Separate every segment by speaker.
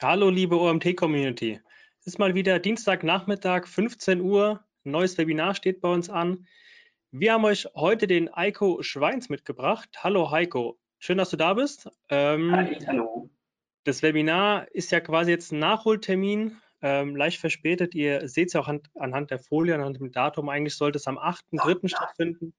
Speaker 1: Hallo liebe OMT-Community. Es ist mal wieder Dienstagnachmittag, 15 Uhr. Ein neues Webinar steht bei uns an. Wir haben euch heute den Heiko Schweins mitgebracht. Hallo Heiko, schön, dass du da bist.
Speaker 2: Hi, hallo.
Speaker 1: Das Webinar ist ja quasi jetzt ein Nachholtermin, leicht verspätet. Ihr seht es ja auch anhand der Folie, anhand dem Datum. Eigentlich sollte es am 8.3. stattfinden.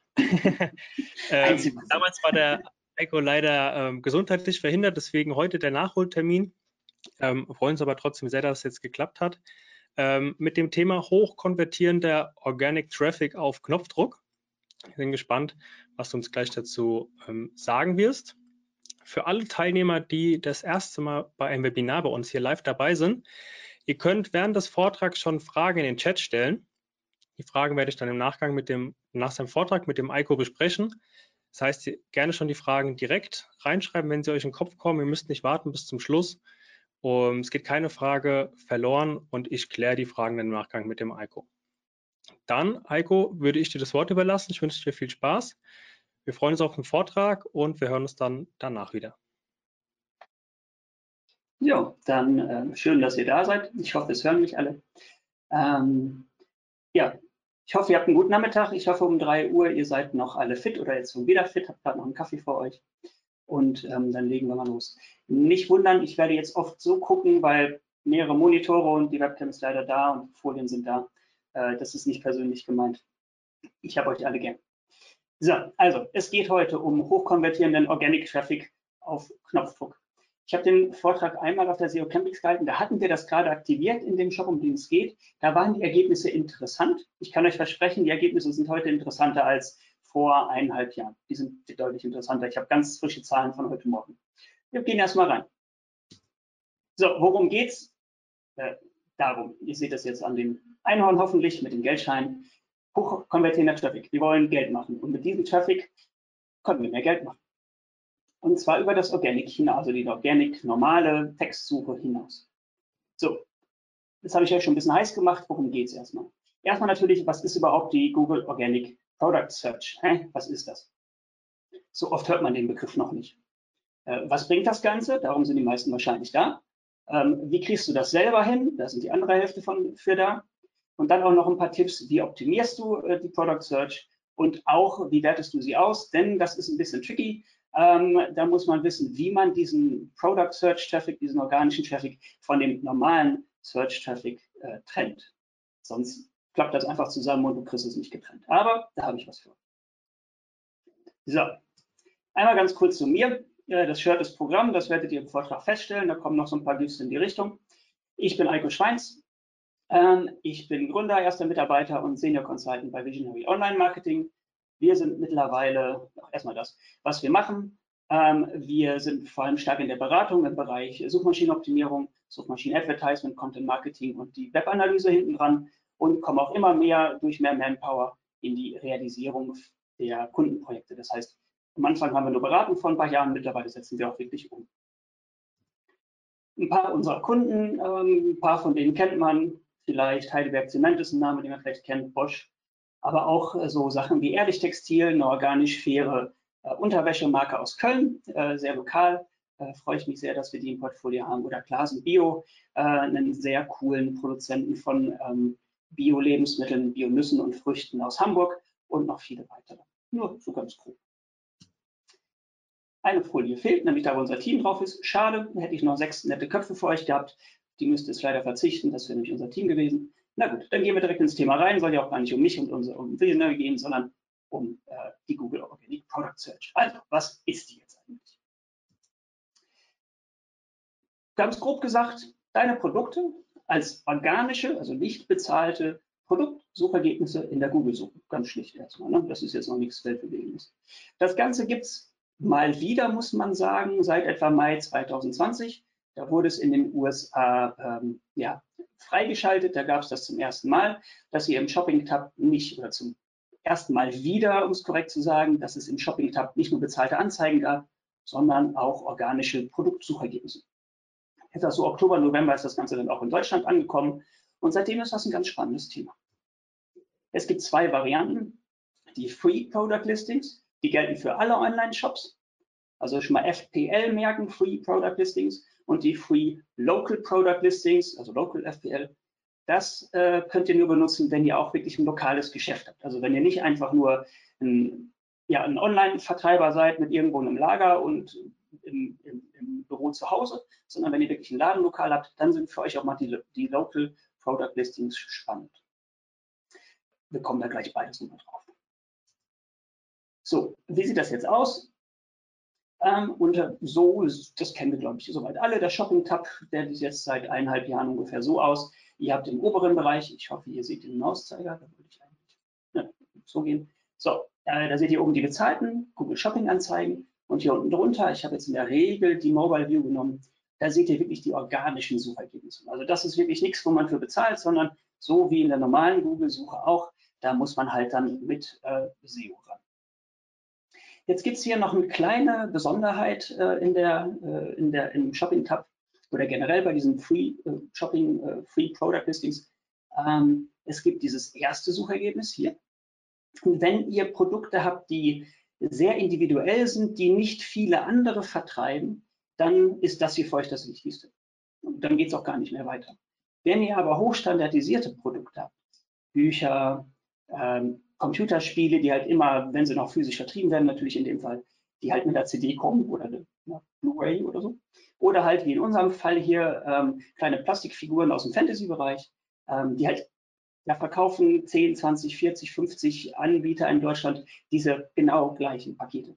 Speaker 1: Damals war der Heiko leider gesundheitlich verhindert, deswegen heute der Nachholtermin. Freuen uns aber trotzdem sehr, dass es jetzt geklappt hat. Mit dem Thema hochkonvertierender Organic Traffic auf Knopfdruck. Ich bin gespannt, was du uns gleich dazu sagen wirst. Für alle Teilnehmer, die das erste Mal bei einem Webinar bei uns hier live dabei sind, ihr könnt während des Vortrags schon Fragen in den Chat stellen. Die Fragen werde ich dann im Nachgang nach seinem Vortrag mit dem Heiko besprechen. Das heißt, gerne schon die Fragen direkt reinschreiben, wenn sie euch in den Kopf kommen. Ihr müsst nicht warten bis zum Schluss. Es geht keine Frage verloren und ich kläre die Fragen im Nachgang mit dem Heiko. Dann, Heiko, würde ich dir das Wort überlassen. Ich wünsche dir viel Spaß. Wir freuen uns auf den Vortrag und wir hören uns dann danach wieder.
Speaker 2: Ja, dann schön, dass ihr da seid. Ich hoffe, es hören mich alle. Ja, ich hoffe, ihr habt einen guten Nachmittag. Ich hoffe, um 3 Uhr, ihr seid noch alle fit oder jetzt schon wieder fit, habt gerade noch einen Kaffee vor euch. Und dann legen wir mal los. Nicht wundern, ich werde jetzt oft so gucken, weil mehrere Monitore und die Webcam ist leider da und Folien sind da. Das ist nicht persönlich gemeint. Ich habe euch alle gern. So, also es geht heute um hochkonvertierenden Organic Traffic auf Knopfdruck. Ich habe den Vortrag einmal auf der SEO Campings gehalten, da hatten wir das gerade aktiviert in dem Shop, um den es geht. Da waren die Ergebnisse interessant. Ich kann euch versprechen, die Ergebnisse sind heute interessanter als vor 1,5 Jahren. Die sind deutlich interessanter. Ich habe ganz frische Zahlen von heute Morgen. Wir gehen erstmal rein. So, worum geht's? Darum, ihr seht das jetzt an dem Einhorn hoffentlich mit dem Geldschein. Hochkonvertierender Traffic. Wir wollen Geld machen und mit diesem Traffic können wir mehr Geld machen. Und zwar über das Organic hinaus, also die Organic normale Textsuche hinaus. So, das habe ich euch schon ein bisschen heiß gemacht. Worum geht es erstmal? Erstmal natürlich, was ist überhaupt die Google Organic Product Search? Was ist das? So oft hört man den Begriff noch nicht. Was bringt das Ganze? Darum sind die meisten wahrscheinlich da. Wie kriegst du das selber hin? Da sind die andere Hälfte für da. Und dann auch noch ein paar Tipps, wie optimierst du die Product Search und auch, wie wertest du sie aus? Denn das ist ein bisschen tricky. Da muss man wissen, wie man diesen Product Search Traffic, diesen organischen Traffic von dem normalen Search Traffic trennt. Sonst klappt das einfach zusammen und du kriegst es nicht getrennt. Aber da habe ich was für. So, einmal ganz kurz zu mir. Das Shirt ist Programm, das werdet ihr im Vortrag feststellen. Da kommen noch so ein paar GIFs in die Richtung. Ich bin Heiko Schweins. Ich bin Gründer, erster Mitarbeiter und Senior Consultant bei Visionary Online Marketing. Wir sind mittlerweile, erstmal das, was wir machen. Wir sind vor allem stark in der Beratung im Bereich Suchmaschinenoptimierung, Suchmaschinen-Advertisement, Content Marketing und die Webanalyse hinten dran und kommen auch immer mehr durch mehr Manpower in die Realisierung der Kundenprojekte. Das heißt, am Anfang haben wir nur beraten vor ein paar Jahren, mittlerweile setzen wir auch wirklich um. Ein paar unserer Kunden, ein paar von denen kennt man, vielleicht Heidelberg Zement ist ein Name, den man vielleicht kennt, Bosch, aber auch so Sachen wie Ehrlich Textil, eine organisch faire Unterwäschemarke aus Köln, sehr lokal. Freue ich mich sehr, dass wir die im Portfolio haben. Oder Glasen Bio, einen sehr coolen Produzenten von Bio-Lebensmitteln, Bio-Nüssen und Früchten aus Hamburg und noch viele weitere. Nur so ganz grob. Eine Folie fehlt, nämlich da, wo unser Team drauf ist. Schade, hätte ich noch 6 nette Köpfe für euch gehabt. Die müsst ihr jetzt leider verzichten, das wäre nämlich unser Team gewesen. Na gut, dann gehen wir direkt ins Thema rein. Soll ja auch gar nicht um mich und um Visionary gehen, sondern um die Google Organic Product Search. Also, was ist die jetzt eigentlich? Ganz grob gesagt, deine Produkte als organische, also nicht bezahlte Produktsuchergebnisse in der Google-Suche. Ganz schlicht erstmal. Ne? Das ist jetzt noch nichts Weltbewegendes. Das Ganze gibt es mal wieder, muss man sagen, seit etwa Mai 2020. Da wurde es in den USA freigeschaltet. Da gab es das zum ersten Mal, dass ihr im Shopping-Tab nicht, oder zum ersten Mal wieder, um es korrekt zu sagen, dass es im Shopping-Tab nicht nur bezahlte Anzeigen gab, sondern auch organische Produktsuchergebnisse. Etwa so Oktober, November ist das Ganze dann auch in Deutschland angekommen. Und seitdem ist das ein ganz spannendes Thema. Es gibt 2 Varianten. Die Free Product Listings, die gelten für alle Online-Shops. Also schon mal FPL merken, Free Product Listings. Und die Free Local Product Listings, also Local FPL, das könnt ihr nur benutzen, wenn ihr auch wirklich ein lokales Geschäft habt. Also wenn ihr nicht einfach nur ein Online-Vertreiber seid mit irgendwo einem Lager und im Büro zu Hause, sondern wenn ihr wirklich ein Ladenlokal habt, dann sind für euch auch mal die Local Product Listings spannend. Wir kommen da gleich beides nochmal drauf. So, wie sieht das jetzt aus? Das kennen wir, glaube ich, soweit alle. Der Shopping-Tab, der sieht jetzt seit 1,5 Jahren ungefähr so aus. Ihr habt im oberen Bereich, ich hoffe, ihr seht den Mauszeiger, da würde ich eigentlich so gehen. So, da seht ihr oben die bezahlten Google Shopping-Anzeigen und hier unten drunter, ich habe jetzt in der Regel die Mobile View genommen, da seht ihr wirklich die organischen Suchergebnisse. Also das ist wirklich nichts, wo man für bezahlt, sondern so wie in der normalen Google-Suche auch, da muss man halt dann mit SEO ran. Jetzt gibt es hier noch eine kleine Besonderheit im Shopping-Tab oder generell bei diesen Free Product Listings. Es gibt dieses erste Suchergebnis hier. Und wenn ihr Produkte habt, die sehr individuell sind, die nicht viele andere vertreiben, dann ist das hier für euch das Wichtigste. Und dann geht es auch gar nicht mehr weiter. Wenn ihr aber hochstandardisierte Produkte habt, Bücher, Computerspiele, die halt immer, wenn sie noch physisch vertrieben werden, natürlich in dem Fall, die halt mit der CD kommen oder eine Blu-ray oder so. Oder halt wie in unserem Fall hier kleine Plastikfiguren aus dem Fantasy-Bereich, die halt verkaufen 10, 20, 40, 50 Anbieter in Deutschland diese genau gleichen Pakete.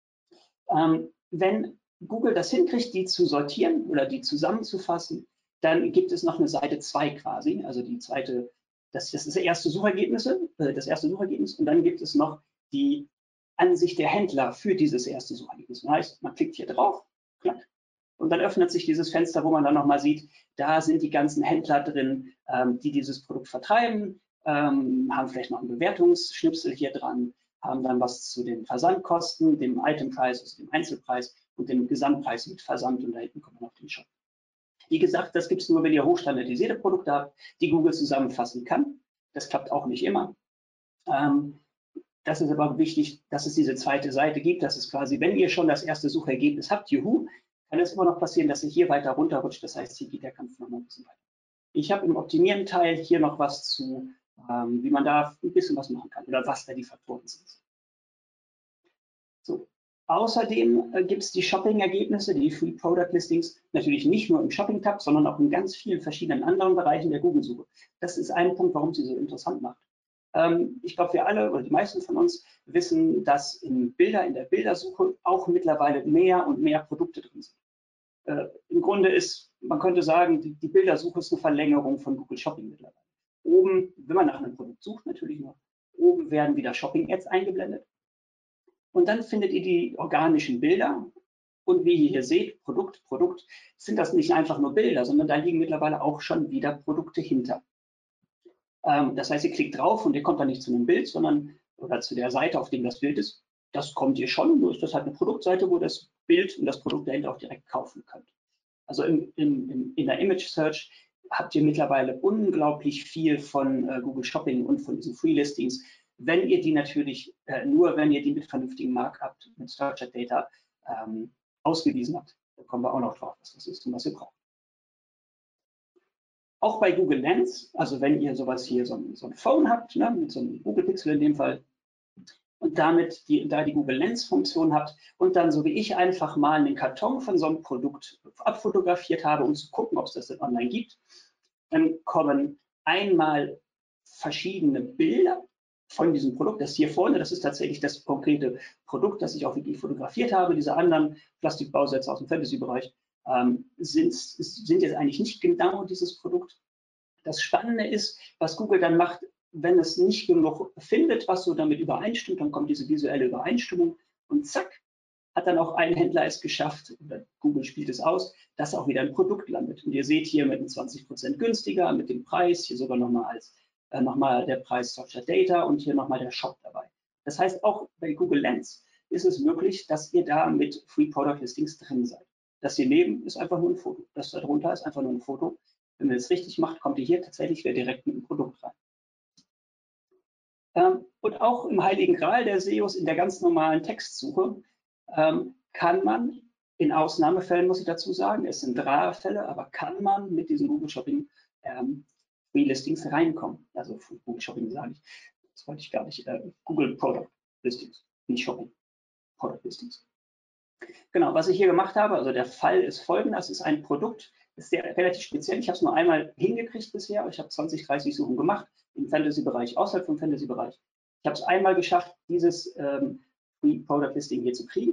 Speaker 2: Wenn Google das hinkriegt, die zu sortieren oder die zusammenzufassen, dann gibt es noch eine Seite 2 quasi, also die zweite. Das ist das erste Suchergebnis und dann gibt es noch die Ansicht der Händler für dieses erste Suchergebnis. Das heißt, man klickt hier drauf, klack, und dann öffnet sich dieses Fenster, wo man dann nochmal sieht, da sind die ganzen Händler drin, die dieses Produkt vertreiben, haben vielleicht noch einen Bewertungsschnipsel hier dran, haben dann was zu den Versandkosten, dem Itempreis, also dem Einzelpreis und dem Gesamtpreis mit Versand und da hinten kommt man auf den Shop. Wie gesagt, das gibt es nur, wenn ihr hochstandardisierte Produkte habt, die Google zusammenfassen kann. Das klappt auch nicht immer. Das ist aber wichtig, dass es diese zweite Seite gibt. Das ist quasi, wenn ihr schon das erste Suchergebnis habt, juhu, kann es immer noch passieren, dass ihr hier weiter runterrutscht. Das heißt, hier geht der Kampf noch mal ein bisschen weiter. Ich habe im Optimieren-Teil hier noch was zu, wie man da ein bisschen was machen kann oder was da die Faktoren sind. So. Außerdem gibt es die Shopping-Ergebnisse, die Free Product Listings, natürlich nicht nur im Shopping-Tab, sondern auch in ganz vielen verschiedenen anderen Bereichen der Google-Suche. Das ist ein Punkt, warum sie so interessant macht. Ich glaube, wir alle oder die meisten von uns wissen, dass in der Bildersuche auch mittlerweile mehr und mehr Produkte drin sind. Im Grunde man könnte sagen, die Bildersuche ist eine Verlängerung von Google Shopping mittlerweile. Oben, wenn man nach einem Produkt sucht, natürlich nur, oben werden wieder Shopping-Ads eingeblendet. Und dann findet ihr die organischen Bilder. Und wie ihr hier seht, Produkt, sind das nicht einfach nur Bilder, sondern da liegen mittlerweile auch schon wieder Produkte hinter. Das heißt, ihr klickt drauf und ihr kommt dann nicht zu einem Bild, oder zu der Seite, auf dem das Bild ist. Das kommt ihr schon, nur ist das halt eine Produktseite, wo das Bild und das Produkt dahinter auch direkt kaufen könnt. Also in der Image Search habt ihr mittlerweile unglaublich viel von Google Shopping und von diesen Free Listings, wenn ihr die natürlich wenn ihr die mit vernünftigem Markup, mit Structured Data ausgewiesen habt. Da kommen wir auch noch drauf, was das ist und was ihr braucht. Auch bei Google Lens, also wenn ihr sowas hier, so ein Phone habt, ne, mit so einem Google Pixel in dem Fall, und damit da die Google Lens Funktion habt und dann so wie ich einfach mal einen Karton von so einem Produkt abfotografiert habe, um zu gucken, ob es das denn online gibt, dann kommen einmal verschiedene Bilder von diesem Produkt. Das hier vorne, das ist tatsächlich das konkrete Produkt, das ich auch wirklich fotografiert habe. Diese anderen Plastikbausätze aus dem Fantasy-Bereich sind jetzt eigentlich nicht genau dieses Produkt. Das Spannende ist, was Google dann macht, wenn es nicht genug findet, was so damit übereinstimmt, dann kommt diese visuelle Übereinstimmung und zack, hat dann auch ein Händler es geschafft, oder Google spielt es aus, dass auch wieder ein Produkt landet. Und ihr seht hier mit einem 20% günstiger, mit dem Preis, hier sogar nochmal der Preis Structured Data und hier nochmal der Shop dabei. Das heißt, auch bei Google Lens ist es möglich, dass ihr da mit Free Product Listings drin seid. Das hier neben ist einfach nur ein Foto. Das da drunter ist einfach nur ein Foto. Wenn ihr es richtig macht, kommt ihr hier tatsächlich wieder direkt mit dem Produkt rein. Und auch im Heiligen Gral der SEOs in der ganz normalen Textsuche kann man In Ausnahmefällen muss ich dazu sagen, es sind rare Fälle, aber kann man mit diesen Google Shopping Free Listings reinkommen. Also Google Shopping sage ich, das wollte ich gar nicht, Google Product Listings, nicht Shopping, Product Listings. Genau, was ich hier gemacht habe, also der Fall ist folgender, das ist ein Produkt, ist relativ speziell, ich habe es nur einmal hingekriegt bisher, ich habe 20, 30 Suchen gemacht, im Fantasy-Bereich, außerhalb vom Fantasy-Bereich. Ich habe es einmal geschafft, dieses Free Product Listing hier zu kriegen.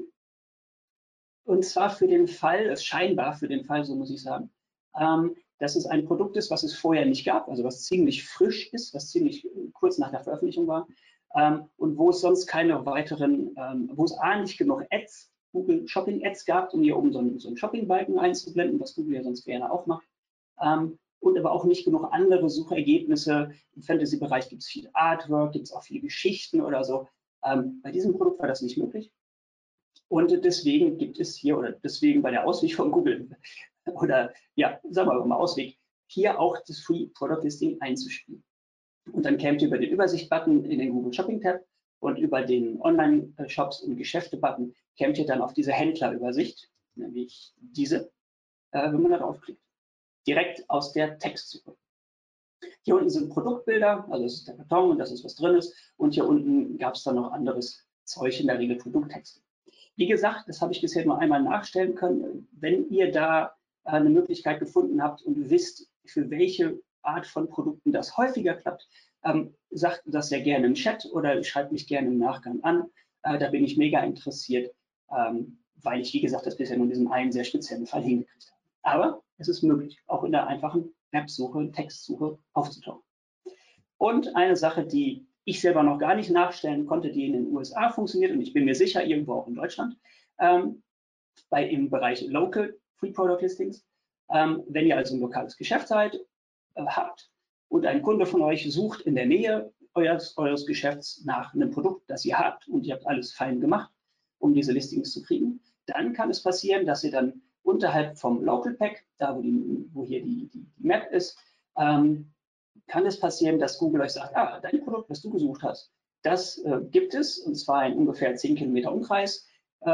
Speaker 2: Und zwar für den Fall, scheinbar für den Fall, so muss ich sagen, dass es ein Produkt ist, was es vorher nicht gab, also was ziemlich frisch ist, was ziemlich kurz nach der Veröffentlichung war und wo es sonst keine weiteren, wo es A nicht genug Ads, Google Shopping Ads gab, um hier oben so einen Shopping-Balken einzublenden, was Google ja sonst gerne auch macht. Und aber auch nicht genug andere Suchergebnisse. Im Fantasy-Bereich gibt es viel Artwork, gibt es auch viele Geschichten oder so. Bei diesem Produkt war das nicht möglich. Und deswegen gibt es hier, oder deswegen bei der Ausweg von Google, oder ja, sagen wir mal Ausweg, hier auch das Free Product Listing einzuspielen. Und dann kämt ihr über den Übersicht-Button in den Google Shopping Tab und über den Online-Shops und Geschäfte-Button kämt ihr dann auf diese Händlerübersicht, nämlich diese, wenn man da draufklickt. Direkt aus der Textsuche. Hier unten sind Produktbilder, also das ist der Karton und das ist, was drin ist. Und hier unten gab es dann noch anderes Zeug, in der Regel Produkttexte. Wie gesagt, das habe ich bisher nur einmal nachstellen können. Wenn ihr da eine Möglichkeit gefunden habt und wisst, für welche Art von Produkten das häufiger klappt, sagt das sehr gerne im Chat oder schreibt mich gerne im Nachgang an. Da bin ich mega interessiert, weil ich, wie gesagt, das bisher nur in diesem einen sehr speziellen Fall hingekriegt habe. Aber es ist möglich, auch in der einfachen Websuche, Textsuche aufzutauchen. Und eine Sache, die ich selber noch gar nicht nachstellen konnte, die in den USA funktioniert und ich bin mir sicher, irgendwo auch in Deutschland, im Bereich Local Free Product Listings. Wenn ihr also ein lokales Geschäft habt und ein Kunde von euch sucht in der Nähe eures Geschäfts nach einem Produkt, das ihr habt und ihr habt alles fein gemacht, um diese Listings zu kriegen, dann kann es passieren, dass ihr dann unterhalb vom Local Pack, da wo hier die Map ist, kann es passieren, dass Google euch sagt, dein Produkt, was du gesucht hast, das gibt es, und zwar in ungefähr 10 Kilometer Umkreis,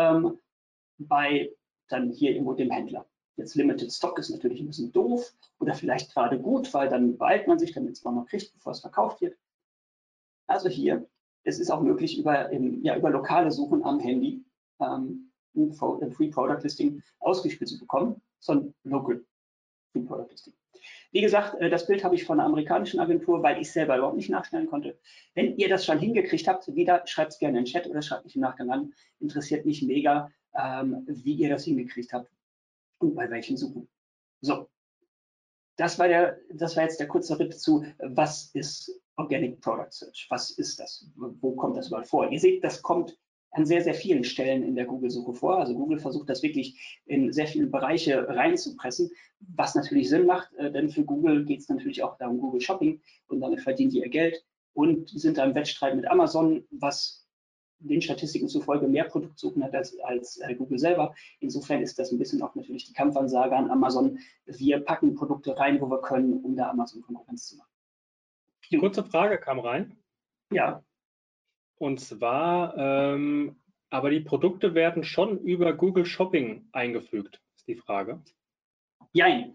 Speaker 2: bei dann hier irgendwo dem Händler. Jetzt Limited Stock ist natürlich ein bisschen doof oder vielleicht gerade gut, weil dann beeilt man sich, damit es man noch kriegt, bevor es verkauft wird. Also hier, es ist auch möglich, über lokale Suchen am Handy ein Free Product Listing ausgespielt zu bekommen, so ein Local Free Product Listing. Wie gesagt, das Bild habe ich von einer amerikanischen Agentur, weil ich selber überhaupt nicht nachstellen konnte. Wenn ihr das schon hingekriegt habt, schreibt es gerne in den Chat oder schreibt mich im Nachgang an. Interessiert mich mega, wie ihr das hingekriegt habt und bei welchen Suchen. So, das war jetzt der kurze Ritt zu, was ist Organic Product Search? Was ist das? Wo kommt das überall vor? Ihr seht, das kommt an sehr, sehr vielen Stellen in der Google-Suche vor. Also Google versucht das wirklich in sehr viele Bereiche reinzupressen, was natürlich Sinn macht, denn für Google geht es natürlich auch darum Google Shopping und damit verdienen die ihr Geld und sind da im Wettstreit mit Amazon, was den Statistiken zufolge mehr Produktsuchen hat als Google selber. Insofern ist das ein bisschen auch natürlich die Kampfansage an Amazon. Wir packen Produkte rein, wo wir können, um da Amazon Konkurrenz zu machen.
Speaker 1: Kurze Frage kam rein.
Speaker 2: Ja.
Speaker 1: Und zwar, aber die Produkte werden schon über Google Shopping eingefügt, ist die Frage.
Speaker 2: Jein.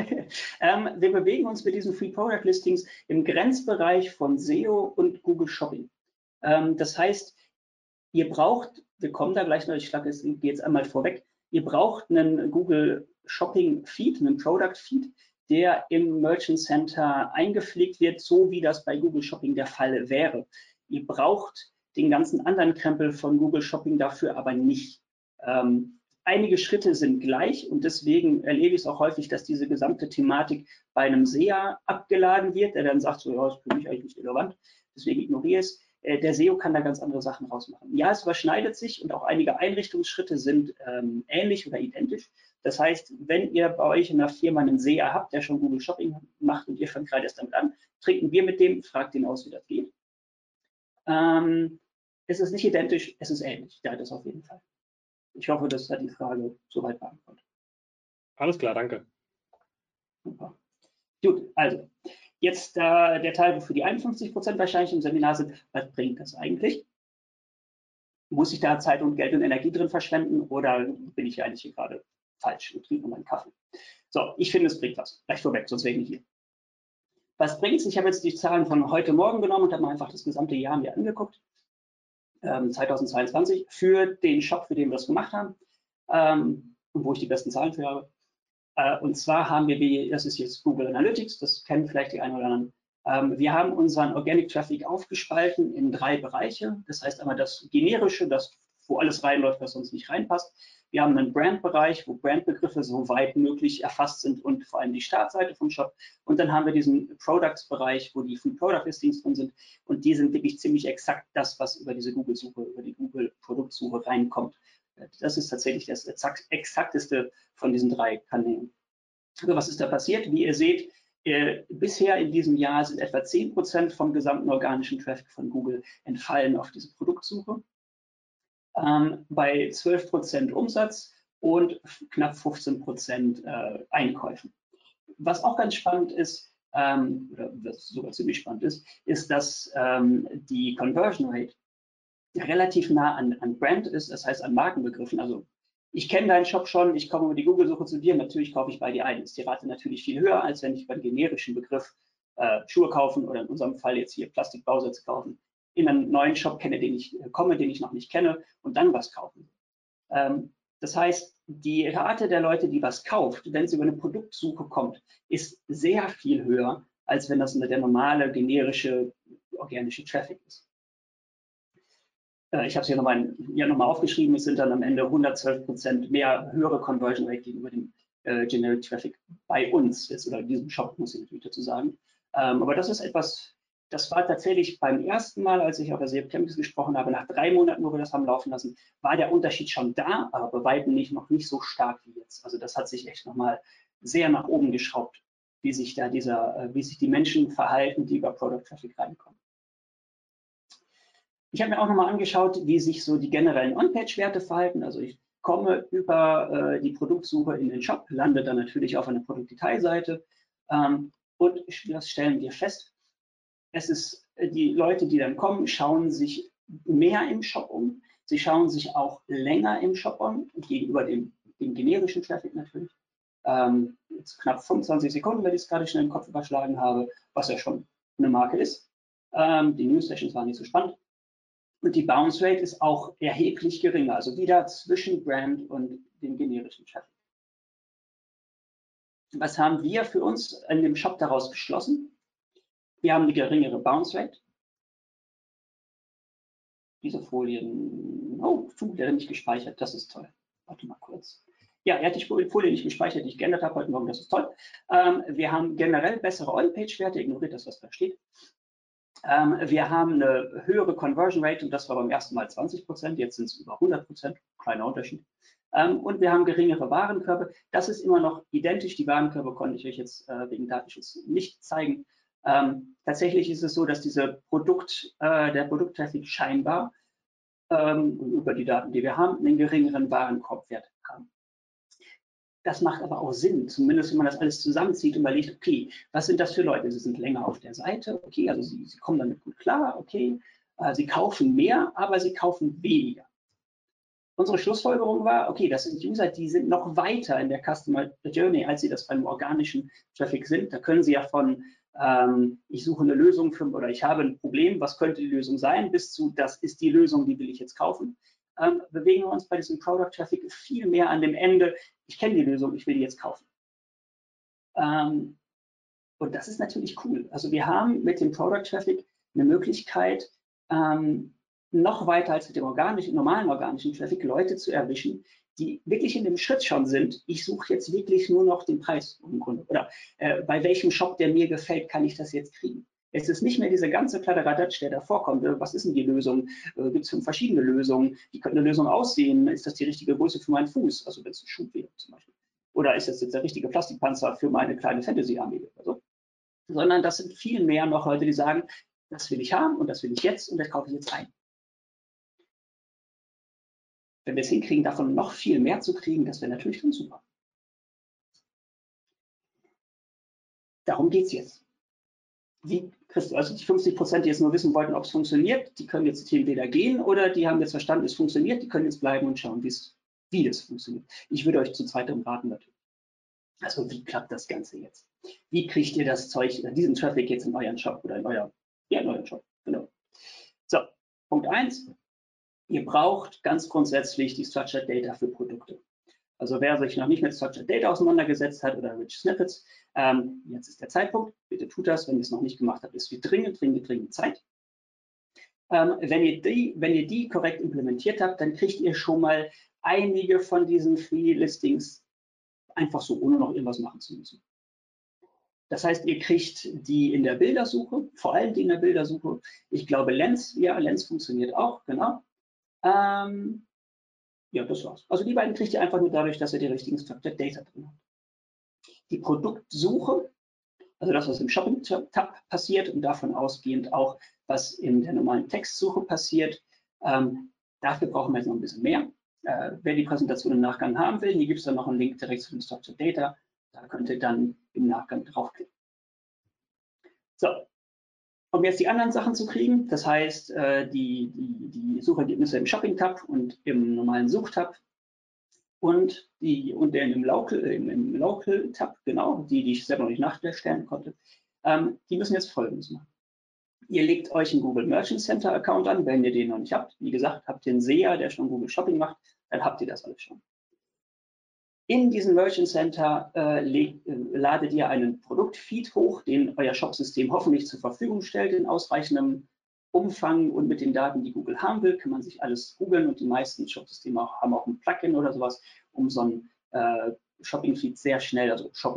Speaker 2: Wir bewegen uns mit diesen Free Product Listings im Grenzbereich von SEO und Google Shopping. Das heißt, ihr braucht, wir kommen da gleich noch, ich schlage es jetzt einmal vorweg, ihr braucht einen Google Shopping Feed, einen Product Feed, der im Merchant Center eingepflegt wird, so wie das bei Google Shopping der Fall wäre. Ihr braucht den ganzen anderen Krempel von Google Shopping dafür aber nicht. Einige Schritte sind gleich und deswegen erlebe ich es auch häufig, dass diese gesamte Thematik bei einem SEA abgeladen wird, der dann sagt, so, ja, das ist für mich eigentlich nicht relevant, deswegen ignoriere es. Der SEO kann da ganz andere Sachen rausmachen. Ja, es überschneidet sich und auch einige Einrichtungsschritte sind ähnlich oder identisch. Das heißt, wenn ihr bei euch in der Firma einen SEA habt, der schon Google Shopping macht und ihr fangt gerade erst damit an, trinken wir mit dem, fragt ihn aus, wie das geht. Es ist nicht identisch, es ist ähnlich. Ja, das auf jeden Fall. Ich hoffe, das hat die Frage soweit beantwortet.
Speaker 1: Alles klar, danke.
Speaker 2: Super. Gut, also jetzt der Teil, wofür die 51% wahrscheinlich im Seminar sind. Was bringt das eigentlich? Muss ich da Zeit und Geld und Energie drin verschwenden oder bin ich eigentlich hier gerade falsch und trinke meinen Kaffee? So, ich finde, es bringt was. Gleich vorweg, sonst wäre ich nicht hier. Was bringt es? Ich habe jetzt die Zahlen von heute Morgen genommen und habe mir einfach das gesamte Jahr mir angeguckt, 2022, für den Shop, für den wir das gemacht haben, und wo ich die besten Zahlen für habe. Und zwar haben wir, das ist jetzt Google Analytics, das kennen vielleicht die einen oder anderen. Wir haben unseren Organic Traffic aufgespalten in 3 Bereiche. Das heißt einmal das generische, das, wo alles reinläuft, was sonst nicht reinpasst. Wir haben einen Brand-Bereich, wo Brandbegriffe so weit möglich erfasst sind und vor allem die Startseite vom Shop. Und dann haben wir diesen Products-Bereich, wo die Free Product Listings drin sind. Und die sind wirklich ziemlich exakt das, was über diese Google-Suche, über die Google-Produktsuche reinkommt. Das ist tatsächlich das exakteste von diesen 3 Kanälen. Also was ist da passiert? Wie ihr seht, bisher in diesem Jahr sind etwa 10% vom gesamten organischen Traffic von Google entfallen auf diese Produktsuche. Bei 12% Umsatz und knapp 15% Einkäufen. Was auch ganz spannend ist, oder was sogar ziemlich spannend ist, dass die Conversion Rate relativ nah an Brand ist, das heißt an Markenbegriffen. Also ich kenne deinen Shop schon, ich komme über die Google-Suche zu dir, natürlich kaufe ich bei dir ein. Ist die Rate natürlich viel höher, als wenn ich beim generischen Begriff Schuhe kaufen oder in unserem Fall jetzt hier Plastikbausätze kaufen, in einen neuen Shop kenne, den ich noch nicht kenne und dann was kaufen. Das heißt, die Rate der Leute, die was kauft, wenn sie über eine Produktsuche kommt, ist sehr viel höher, als wenn das der normale, generische, organische Traffic ist. Ich habe es hier nochmal aufgeschrieben, es sind dann am Ende 112% mehr höhere Conversion Rate gegenüber dem Generic Traffic bei uns, jetzt oder in diesem Shop, muss ich natürlich dazu sagen. Aber das ist etwas, das war tatsächlich beim ersten Mal, als ich auf der SEO Campus gesprochen habe, nach 3 Monaten, wo wir das haben laufen lassen, war der Unterschied schon da, aber bei weitem noch nicht so stark wie jetzt. Also das hat sich echt nochmal sehr nach oben geschraubt, wie sich die Menschen verhalten, die über Product Traffic reinkommen. Ich habe mir auch nochmal angeschaut, wie sich so die generellen On-Page-Werte verhalten. Also ich komme über die Produktsuche in den Shop, lande dann natürlich auf einer Produktdetailseite und das stellen wir fest. Es ist, die Leute, die dann kommen, schauen sich mehr im Shop um. Sie schauen sich auch länger im Shop um, gegenüber dem generischen Traffic natürlich. Jetzt knapp 25 Sekunden, wenn ich es gerade schnell im Kopf überschlagen habe, was ja schon eine Marke ist. Die News-Sessions waren nicht so spannend. Und die Bounce Rate ist auch erheblich geringer, also wieder zwischen Brand und dem generischen Traffic. Was haben wir für uns in dem Shop daraus beschlossen? Wir haben eine geringere Bounce Rate. Diese Folien, oh, der hat nicht gespeichert, das ist toll. Warte mal kurz. Ja, er hat die Folie nicht gespeichert, die ich geändert habe heute Morgen, das ist toll. Wir haben generell bessere On-Page-Werte, ignoriert das, was da steht. Wir haben eine höhere Conversion Rate und das war beim ersten Mal 20%, jetzt sind es über 100%, kleiner Unterschied. Und wir haben geringere Warenkörbe. Das ist immer noch identisch. Die Warenkörbe konnte ich euch jetzt wegen Datenschutz nicht zeigen. Tatsächlich ist es so, dass der Produkttraffic scheinbar über die Daten, die wir haben, einen geringeren Warenkorbwert haben. Das macht aber auch Sinn, zumindest wenn man das alles zusammenzieht und überlegt, okay, was sind das für Leute? Sie sind länger auf der Seite, okay, also sie kommen damit gut klar, okay, sie kaufen mehr, aber sie kaufen weniger. Unsere Schlussfolgerung war, okay, das sind User, die sind noch weiter in der Customer Journey, als sie das beim organischen Traffic sind. Da können sie ja von, ich suche eine Lösung für, oder ich habe ein Problem, was könnte die Lösung sein, bis zu, das ist die Lösung, die will ich jetzt kaufen. Bewegen wir uns bei diesem Product Traffic viel mehr an dem Ende, ich kenne die Lösung, ich will die jetzt kaufen. Und das ist natürlich cool. Also wir haben mit dem Product Traffic eine Möglichkeit, noch weiter als mit dem normalen organischen Traffic Leute zu erwischen, die wirklich in dem Schritt schon sind, ich suche jetzt wirklich nur noch den Preis im Grunde. Oder bei welchem Shop, der mir gefällt, kann ich das jetzt kriegen. Es ist nicht mehr dieser ganze Kladderadatsch, der da vorkommt. Was ist denn die Lösung? Gibt es verschiedene Lösungen? Wie könnte eine Lösung aussehen? Ist das die richtige Größe für meinen Fuß? Also wenn es ein Schuh wäre zum Beispiel. Oder ist das jetzt der richtige Plastikpanzer für meine kleine Fantasy-Armee oder so? Sondern das sind viel mehr noch Leute, die sagen, das will ich haben und das will ich jetzt und das kaufe ich jetzt ein. Wenn wir es hinkriegen, davon noch viel mehr zu kriegen, das wäre natürlich schon super. Darum geht es jetzt. wie kriegst du, also die 50%, die jetzt nur wissen wollten, ob es funktioniert, die können jetzt entweder gehen oder die haben jetzt verstanden, es funktioniert, die können jetzt bleiben und schauen, wie das funktioniert. Ich würde euch zu zweitem raten natürlich. Also wie klappt das Ganze jetzt? Wie kriegt ihr das Zeug, diesen Traffic jetzt in euren Shop oder in euren Shop? Genau. So, Punkt 1. Ihr braucht ganz grundsätzlich die Structured Data für Produkte. Also wer sich noch nicht mit Structured Data auseinandergesetzt hat oder Rich Snippets, jetzt ist der Zeitpunkt. Bitte tut das, wenn ihr es noch nicht gemacht habt, ist wie dringend Zeit. Wenn ihr die korrekt implementiert habt, dann kriegt ihr schon mal einige von diesen Free Listings einfach so, ohne noch irgendwas machen zu müssen. Das heißt, ihr kriegt die in der Bildersuche, vor allem die in der Bildersuche. Ich glaube, Lens funktioniert auch, genau. Ja, das war's. Also die beiden kriegt ihr einfach nur dadurch, dass ihr die richtigen Structured Data drin habt. Die Produktsuche, also das, was im Shopping-Tab passiert und davon ausgehend auch, was in der normalen Textsuche passiert, dafür brauchen wir jetzt noch ein bisschen mehr. Wer die Präsentation im Nachgang haben will, hier gibt es dann noch einen Link direkt zu den Structured Data. Da könnt ihr dann im Nachgang draufklicken. So, um jetzt die anderen Sachen zu kriegen, das heißt die Suchergebnisse im Shopping-Tab und im normalen Suchtab und im Local-Tab, genau, die ich selber noch nicht nachstellen konnte, die müssen jetzt Folgendes machen. Ihr legt euch einen Google Merchant Center Account an, wenn ihr den noch nicht habt. Wie gesagt, habt ihr einen SEA, der schon Google Shopping macht, dann habt ihr das alles schon. In diesem Merchant Center ladet ihr einen Produktfeed hoch, den euer Shopsystem hoffentlich zur Verfügung stellt in ausreichendem Umfang und mit den Daten, die Google haben will, kann man sich alles googeln und die meisten Shopsysteme haben auch ein Plugin oder sowas, um so ein Shopping-Feed sehr schnell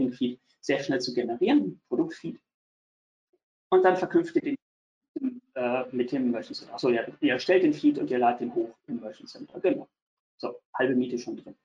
Speaker 2: zu generieren, Produktfeed. Und dann verknüpft ihr den mit dem Merchant Center. Achso, ja, ihr erstellt den Feed und ihr ladet den hoch im Merchant Center. Genau. So, halbe Miete schon drin.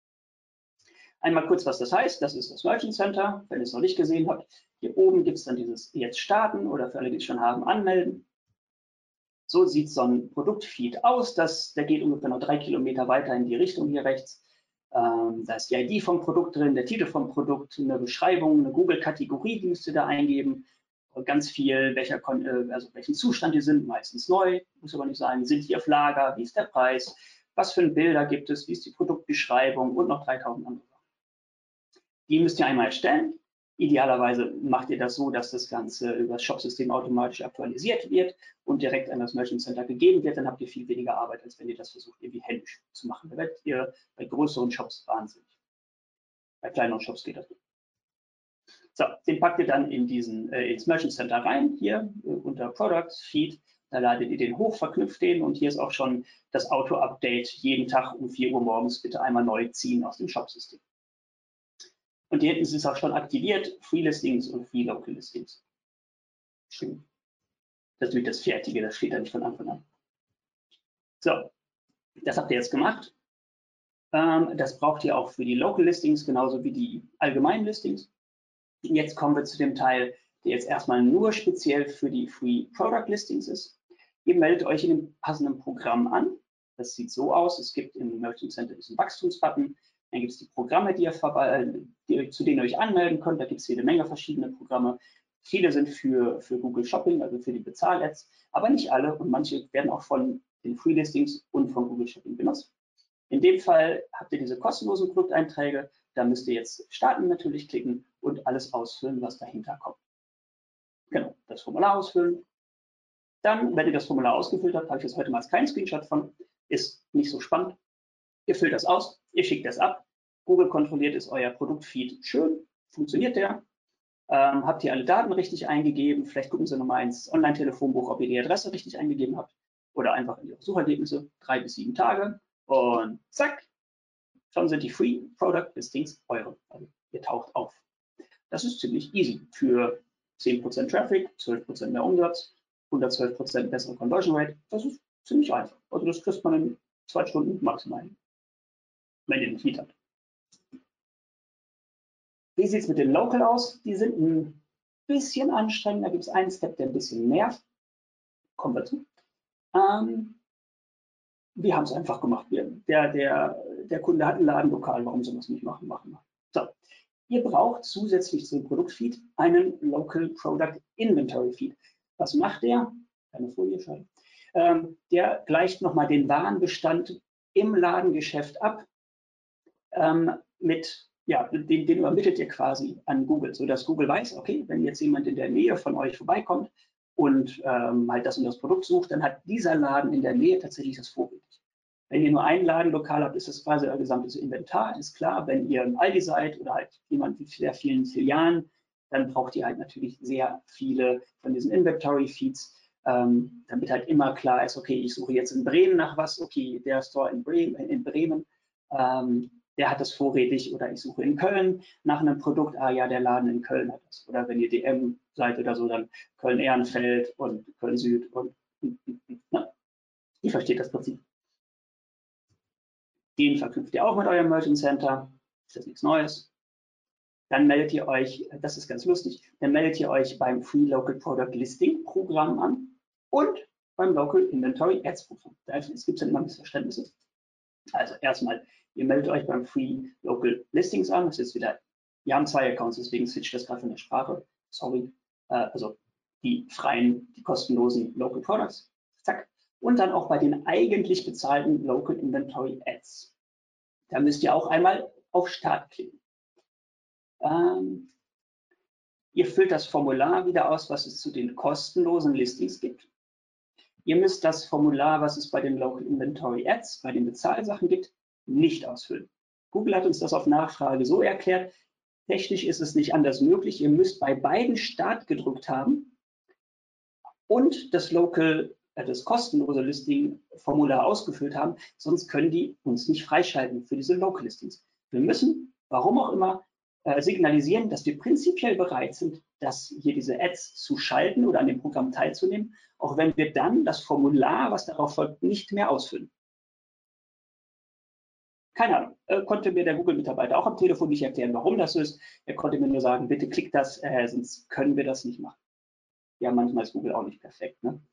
Speaker 2: Einmal kurz, was das heißt. Das ist das Merchant Center. Wenn ihr es noch nicht gesehen habt, hier oben gibt es dann dieses Jetzt starten oder für alle, die es schon haben, anmelden. So sieht so ein Produktfeed aus. Der geht ungefähr noch 3 Kilometer weiter in die Richtung hier rechts. Da ist die ID vom Produkt drin, der Titel vom Produkt, eine Beschreibung, eine Google-Kategorie, die müsst ihr da eingeben. Ganz viel, welchen Zustand die sind, meistens neu, muss aber nicht sein, sind die auf Lager, wie ist der Preis, was für Bilder gibt es, wie ist die Produktbeschreibung und noch 3000 andere Sachen. Die müsst ihr einmal erstellen. Idealerweise macht ihr das so, dass das Ganze über das Shopsystem automatisch aktualisiert wird und direkt an das Merchant Center gegeben wird. Dann habt ihr viel weniger Arbeit, als wenn ihr das versucht, irgendwie händisch zu machen. Da werdet ihr bei größeren Shops wahnsinnig. Bei kleineren Shops geht das nicht. So, den packt ihr dann ins Merchant Center rein, hier unter Products, Feed. Da ladet ihr den hoch, verknüpft den und hier ist auch schon das Auto-Update jeden Tag um 4 Uhr morgens bitte einmal neu ziehen aus dem Shopsystem. Und hier hinten ist es auch schon aktiviert, Free Listings und Free Local Listings. Schön. Das ist natürlich das Fertige, das steht da nicht von Anfang an. So, das habt ihr jetzt gemacht. Das braucht ihr auch für die Local Listings, genauso wie die allgemeinen Listings. Und jetzt kommen wir zu dem Teil, der jetzt erstmal nur speziell für die Free Product Listings ist. Ihr meldet euch in dem passenden Programm an. Das sieht so aus, es gibt im Merchant Center diesen Wachstumsbutton. Dann gibt es die Programme, zu denen ihr euch anmelden könnt. Da gibt es jede Menge verschiedene Programme. Viele sind für Google Shopping, also für die Bezahl-Ads, aber nicht alle und manche werden auch von den Free Listings und von Google Shopping benutzt. In dem Fall habt ihr diese kostenlosen Produkteinträge. Da müsst ihr jetzt starten natürlich klicken und alles ausfüllen, was dahinter kommt. Genau, das Formular ausfüllen. Dann, wenn ihr das Formular ausgefüllt habt, habe ich jetzt heute mal keinen Screenshot von, ist nicht so spannend. Ihr füllt das aus, ihr schickt das ab. Google kontrolliert, ist euer Produktfeed schön, funktioniert der? Habt ihr alle Daten richtig eingegeben? Vielleicht gucken Sie nochmal ins Online-Telefonbuch, ob ihr die Adresse richtig eingegeben habt oder einfach in Ihre Suchergebnisse, 3 bis 7 Tage und zack, schon sind die Free Product Listings eure. Also ihr taucht auf. Das ist ziemlich easy für 10% Traffic, 12% mehr Umsatz, 112% bessere Conversion Rate. Das ist ziemlich einfach. Also das kriegt man in 2 Stunden maximal hin, wenn ihr den Feed habt. Wie sieht es mit den Local aus? Die sind ein bisschen anstrengend. Da gibt es einen Step, der ein bisschen nervt. Kommen wir zu. Wir haben es einfach gemacht. Der Kunde hat ein Ladenlokal. Warum soll man es nicht machen? So. Ihr braucht zusätzlich zum Produktfeed einen Local Product Inventory Feed. Was macht der? Keine Folie, schade. Der gleicht nochmal den Warenbestand im Ladengeschäft ab. Den übermittelt ihr quasi an Google, sodass Google weiß, okay, wenn jetzt jemand in der Nähe von euch vorbeikommt und halt das und das Produkt sucht, dann hat dieser Laden in der Nähe tatsächlich das vorrätig. Wenn ihr nur ein Ladenlokal habt, ist das quasi euer gesamtes Inventar, ist klar. Wenn ihr im Aldi seid oder halt jemand mit sehr vielen Filialen, dann braucht ihr halt natürlich sehr viele von diesen Inventory-Feeds, damit halt immer klar ist, okay, ich suche jetzt in Bremen nach was, okay, der Store in Bremen der hat das vorrätig, oder ich suche in Köln nach einem Produkt, ah ja, der Laden in Köln hat das. Oder wenn ihr DM seid oder so, dann Köln-Ehrenfeld und Köln-Süd und na, ihr versteht das Prinzip. Den verknüpft ihr auch mit eurem Merchant Center, ist das nichts Neues. Dann meldet ihr euch, das ist ganz lustig, dann meldet ihr euch beim Free Local Product Listing Programm an und beim Local Inventory Ads Programm. Da gibt es dann immer Missverständnisse. Also erstmal, ihr meldet euch beim Free Local Listings an. Das ist wieder, wir haben 2 Accounts, deswegen switcht das gerade von der Sprache. Sorry. Also die freien, die kostenlosen Local Products. Zack. Und dann auch bei den eigentlich bezahlten Local Inventory Ads. Da müsst ihr auch einmal auf Start klicken. Ihr füllt das Formular wieder aus, was es zu den kostenlosen Listings gibt. Ihr müsst das Formular, was es bei den Local Inventory Ads, bei den Bezahlsachen gibt, nicht ausfüllen. Google hat uns das auf Nachfrage so erklärt, technisch ist es nicht anders möglich. Ihr müsst bei beiden Start gedrückt haben und das kostenlose Listing-Formular ausgefüllt haben, sonst können die uns nicht freischalten für diese Local Listings. Wir müssen, warum auch immer, signalisieren, dass wir prinzipiell bereit sind, hier diese Ads zu schalten oder an dem Programm teilzunehmen, auch wenn wir dann das Formular, was darauf folgt, nicht mehr ausfüllen. Keine Ahnung, konnte mir der Google-Mitarbeiter auch am Telefon nicht erklären, warum das so ist. Er konnte mir nur sagen, bitte klick das, sonst können wir das nicht machen. Ja, manchmal ist Google auch nicht perfekt. Ne?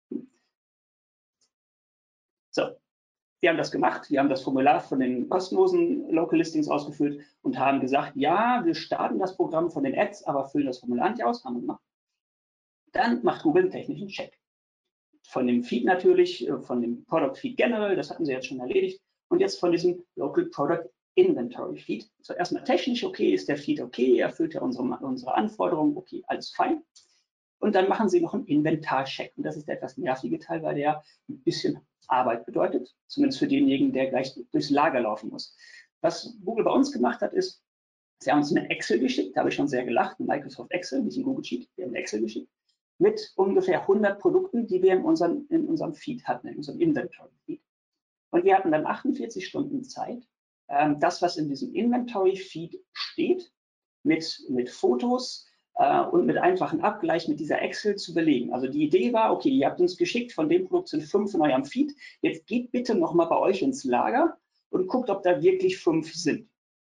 Speaker 2: So, wir haben das gemacht, wir haben das Formular von den kostenlosen Local Listings ausgefüllt und haben gesagt, ja, wir starten das Programm von den Ads, aber füllen das Formular nicht aus, haben wir gemacht. Dann macht Google einen technischen Check. Von dem Feed natürlich, von dem Product Feed generell, das hatten sie jetzt schon erledigt. Und jetzt von diesem Local Product Inventory Feed. So erstmal technisch, okay, ist der Feed okay, erfüllt ja unsere Anforderungen, okay, alles fein. Und dann machen sie noch einen Inventarcheck. Und das ist der etwas nervige Teil, weil der ein bisschen Arbeit bedeutet, zumindest für denjenigen, der gleich durchs Lager laufen muss. Was Google bei uns gemacht hat, ist, sie haben uns eine Excel geschickt, da habe ich schon sehr gelacht, ein Microsoft Excel, nicht ein Google Sheet, wir haben eine Excel geschickt, mit ungefähr 100 Produkten, die wir in unserem Feed hatten, in unserem Inventory-Feed. Und wir hatten dann 48 Stunden Zeit, das, was in diesem Inventory-Feed steht, mit Fotos und mit einfachen Abgleich mit dieser Excel zu belegen. Also die Idee war, okay, ihr habt uns geschickt, von dem Produkt sind 5 in eurem Feed, jetzt geht bitte nochmal bei euch ins Lager und guckt, ob da wirklich 5 sind.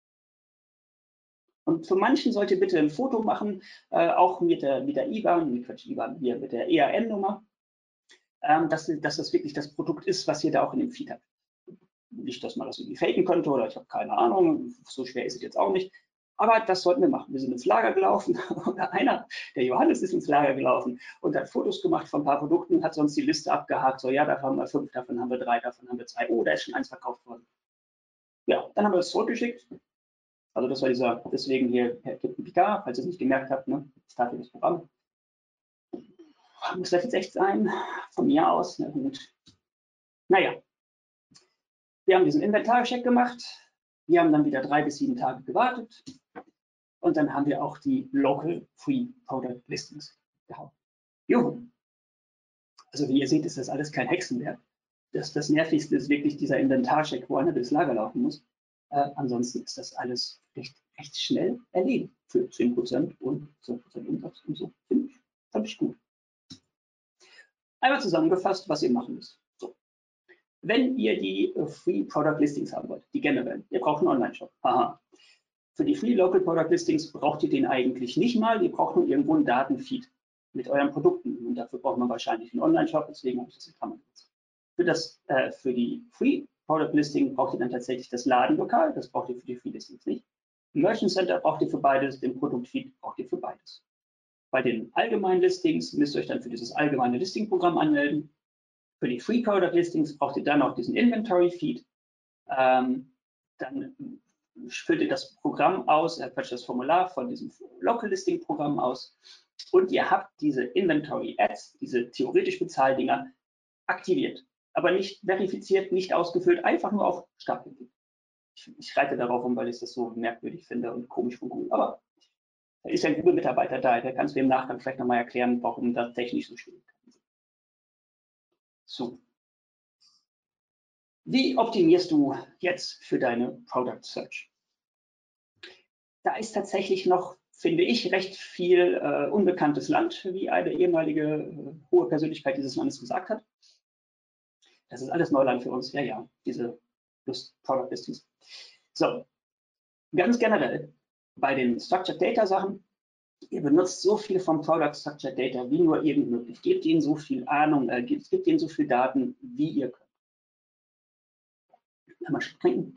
Speaker 2: Und für manchen sollt ihr bitte ein Foto machen, auch mit der IBAN, mit der EAN-Nummer, dass das wirklich das Produkt ist, was ihr da auch in dem Feed habt. Nicht, dass man das irgendwie faken könnte oder ich habe keine Ahnung, so schwer ist es jetzt auch nicht. Aber das sollten wir machen. Wir sind ins Lager gelaufen oder der Johannes ist ins Lager gelaufen und hat Fotos gemacht von ein paar Produkten, hat sonst die Liste abgehakt, so ja, davon haben wir 5, davon haben wir 3, davon haben wir 2, oh, da ist schon 1 verkauft worden. Ja, dann haben wir das zurückgeschickt. Also das war deswegen hier Captain Picard, falls ihr es nicht gemerkt habt, ne, Start das Programm. Muss das jetzt echt sein? Von mir aus? Na gut. Naja, wir haben diesen Inventarcheck gemacht. Wir haben dann wieder 3 bis 7 Tage gewartet. Und dann haben wir auch die Local Free Product Listings gehabt. Juhu. Also wie ihr seht, ist das alles kein Hexenwerk. Das Nervigste ist wirklich dieser Inventarcheck, wo einer durchs Lager laufen muss. Ansonsten ist das alles recht schnell erledigt für 10% und 10% Umsatz und so. Fand ich gut. Einmal zusammengefasst, was ihr machen müsst. So. Wenn ihr die Free Product Listings haben wollt, die generell, ihr braucht einen Online-Shop. Aha. Für die Free Local Product Listings braucht ihr den eigentlich nicht mal, ihr braucht nur irgendwo einen Datenfeed mit euren Produkten. Und dafür braucht man wahrscheinlich einen Online-Shop, deswegen habe ich das in Klammern gesetzt. Für die Free Product Listing braucht ihr dann tatsächlich das Ladenlokal, das braucht ihr für die Free Listings nicht. Merchant Center braucht ihr für beides, den Produktfeed braucht ihr für beides. Bei den allgemeinen Listings müsst ihr euch dann für dieses allgemeine Listing-Programm anmelden. Für die Free Product Listings braucht ihr dann auch diesen Inventory Feed. Dann füllt ihr das Programm aus, das Formular von diesem Local Listing Programm aus und ihr habt diese Inventory Ads, diese theoretisch Bezahldinger aktiviert, aber nicht verifiziert, nicht ausgefüllt, einfach nur auf Start geklickt. Ich reite darauf um, weil ich das so merkwürdig finde und komisch von Google, aber da ist ja ein Google-Mitarbeiter da, der kannst du im Nachgang vielleicht nochmal erklären, warum das technisch so steht. So. Wie optimierst du jetzt für deine Product Search? Da ist tatsächlich noch, finde ich, recht viel unbekanntes Land, wie eine ehemalige hohe Persönlichkeit dieses Landes gesagt hat. Das ist alles Neuland für uns. Ja, ja, diese Product Listings. So, ganz generell bei den Structured Data Sachen, ihr benutzt so viel vom Product Structured Data wie nur irgend möglich. Gebt ihnen so viel Ahnung, gebt ihnen so viel Daten, wie ihr könnt. Mal trinken.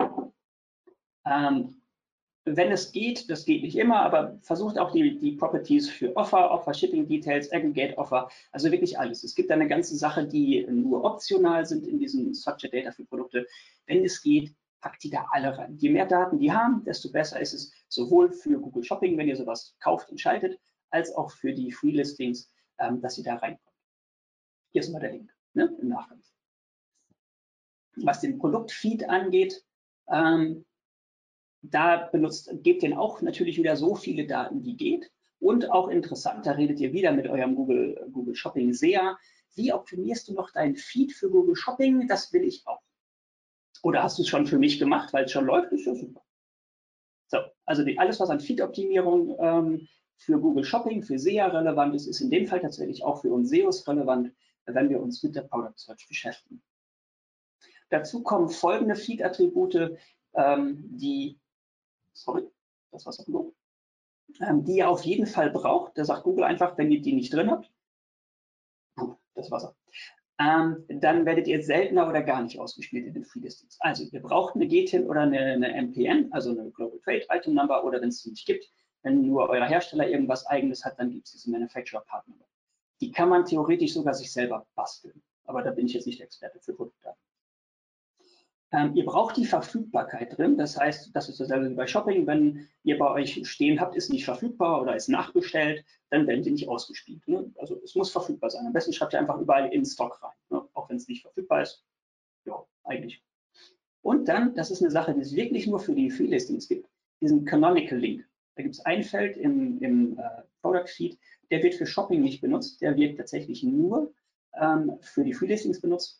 Speaker 2: Wenn es geht, das geht nicht immer, aber versucht auch die Properties für Offer, Shipping Details, Aggregate Offer, also wirklich alles. Es gibt eine ganze Sache, die nur optional sind in diesem Structured Data für Produkte. Wenn es geht, packt die da alle rein. Je mehr Daten die haben, desto besser ist es sowohl für Google Shopping, wenn ihr sowas kauft und schaltet, als auch für die Free Listings, dass ihr da reinkommt. Hier ist mal der Link, ne, im Nachgang. Was den Produktfeed angeht, gebt ihr auch natürlich wieder so viele Daten, wie geht. Und auch interessant, da redet ihr wieder mit eurem Google Shopping SEA. Wie optimierst du noch deinen Feed für Google Shopping? Das will ich auch. Oder hast du es schon für mich gemacht, weil es schon läuft? Ist ja super. So, also alles, was an Feed-Optimierung für Google Shopping, für SEA relevant ist, ist in dem Fall tatsächlich auch für uns SEOs relevant, wenn wir uns mit der Product Search beschäftigen. Dazu kommen folgende Feed-Attribute, die ihr auf jeden Fall braucht. Da sagt Google einfach, wenn ihr die nicht drin habt, das Wasser, dann werdet ihr seltener oder gar nicht ausgespielt in den Free Listings. Also ihr braucht eine GTIN oder eine MPN, also eine Global Trade Item Number, oder wenn es die nicht gibt, wenn nur euer Hersteller irgendwas Eigenes hat, dann gibt es diese Manufacturer Part Number. Die kann man theoretisch sogar sich selber basteln, aber da bin ich jetzt nicht Experte für Produktdaten. Ihr braucht die Verfügbarkeit drin, das heißt, das ist dasselbe wie bei Shopping, wenn ihr bei euch stehen habt, ist nicht verfügbar oder ist nachbestellt, dann werden die nicht ausgespielt. Ne? Also es muss verfügbar sein. Am besten schreibt ihr einfach überall in Stock rein, ne? Auch wenn es nicht verfügbar ist. Ja, eigentlich. Und dann, das ist eine Sache, die es wirklich nur für die Free Listings gibt, diesen Canonical Link. Da gibt es ein Feld im Product Feed, der wird für Shopping nicht benutzt, der wird tatsächlich nur für die Free Listings benutzt.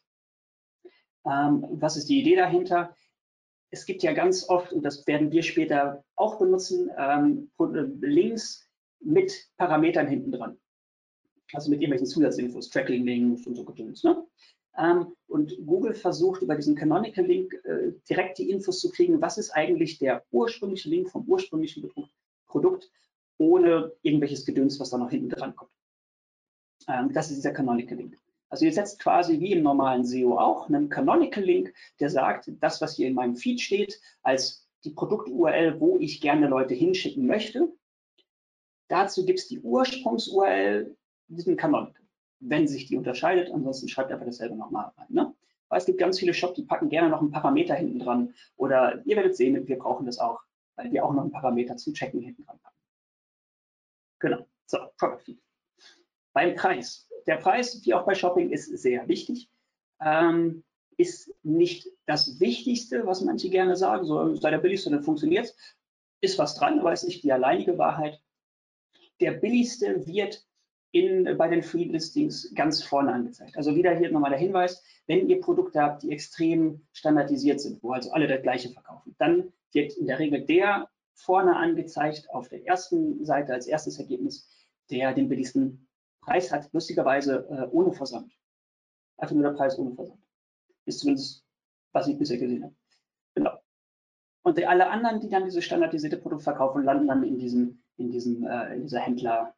Speaker 2: Was ist die Idee dahinter? Es gibt ja ganz oft, und das werden wir später auch benutzen, Links mit Parametern hinten dran. Also mit irgendwelchen Zusatzinfos, Tracking-Links und so Gedöns. Ne? Und Google versucht über diesen Canonical Link direkt die Infos zu kriegen, was ist eigentlich der ursprüngliche Link vom ursprünglichen Produkt, ohne irgendwelches Gedöns, was da noch hinten dran kommt. Das ist dieser Canonical Link. Also ihr setzt quasi wie im normalen SEO auch einen Canonical Link, der sagt, das, was hier in meinem Feed steht, als die Produkt-URL, wo ich gerne Leute hinschicken möchte. Dazu gibt es die Ursprungs-URL, diesen Canonical, wenn sich die unterscheidet. Ansonsten schreibt einfach dasselbe nochmal rein. Ne? Weil es gibt ganz viele Shops, die packen gerne noch einen Parameter hinten dran. Oder ihr werdet sehen, wir brauchen das auch, weil wir auch noch einen Parameter zum Checken hinten dran packen. Genau, so, Product Feed. Beim Preis. Der Preis, wie auch bei Shopping, ist sehr wichtig. Ist nicht das Wichtigste, was manche gerne sagen, so sei der billigste, dann funktioniert es. Ist was dran, aber ist nicht die alleinige Wahrheit. Der billigste wird bei den Free Listings ganz vorne angezeigt. Also wieder hier nochmal der Hinweis, wenn ihr Produkte habt, die extrem standardisiert sind, wo also alle das Gleiche verkaufen, dann wird in der Regel der vorne angezeigt auf der ersten Seite als erstes Ergebnis, der den billigsten Preis hat, lustigerweise ohne Versand. Einfach nur der Preis ohne Versand. Ist zumindest, was ich bisher gesehen habe. Genau. Und alle anderen, die dann diese standardisierte Produkte verkaufen, landen dann in diesem Händlervergleich.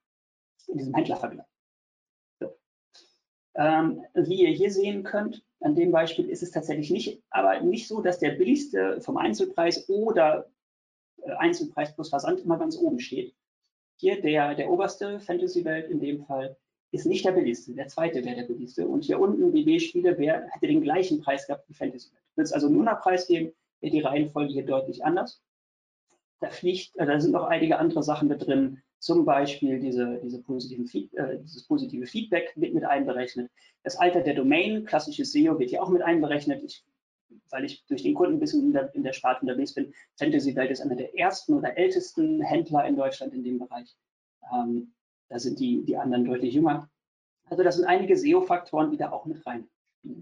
Speaker 2: So. Wie ihr hier sehen könnt, an dem Beispiel ist es tatsächlich nicht so, dass der billigste vom Einzelpreis oder Einzelpreis plus Versand immer ganz oben steht. Hier der oberste Fantasy-Welt in dem Fall ist nicht der billigste, der zweite wäre der billigste. Und hier unten die B-Spiele hätte den gleichen Preis gehabt wie Fantasy-Welt. Wird es also nur nach Preis geben, wäre die Reihenfolge hier deutlich anders. Da sind noch einige andere Sachen mit drin, zum Beispiel dieses positive Feedback wird mit einberechnet. Das Alter der Domain, klassisches SEO, wird hier auch mit einberechnet. Weil ich durch den Kunden ein bisschen in der Sparte unterwegs bin, Fantasy Welt ist einer der ersten oder ältesten Händler in Deutschland in dem Bereich. Da sind die anderen deutlich jünger. Also das sind einige SEO-Faktoren, die da auch mit rein spielen.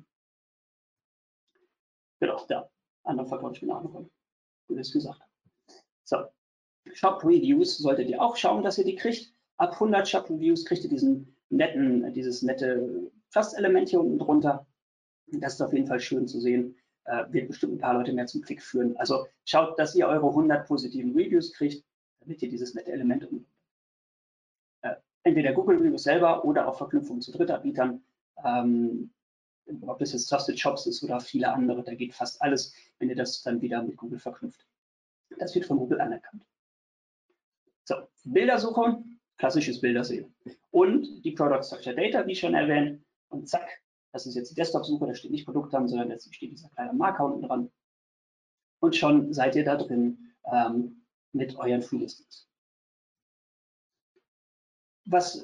Speaker 2: Genau, da. Andere Faktoren spielen auch noch rein. Gut, das gesagt. So, Shop Reviews solltet ihr auch schauen, dass ihr die kriegt. Ab 100 Shop Reviews kriegt ihr dieses nette Trust-Element hier unten drunter. Das ist auf jeden Fall schön zu sehen. Wird bestimmt ein paar Leute mehr zum Klick führen. Also schaut, dass ihr eure 100 positiven Reviews kriegt, damit ihr dieses nette Element umsetzt. Entweder Google Reviews selber oder auch Verknüpfungen zu Drittanbietern. Ob das jetzt Trusted Shops ist oder viele andere, da geht fast alles, wenn ihr das dann wieder mit Google verknüpft. Das wird von Google anerkannt. So, Bildersuche, klassisches Bildersehen. Und die Product Structure Data, wie schon erwähnt. Und zack, das ist jetzt die Desktop-Suche, da steht nicht Produktnamen, sondern jetzt steht dieser kleine Marker unten dran. Und schon seid ihr da drin mit euren Free-Listings. Was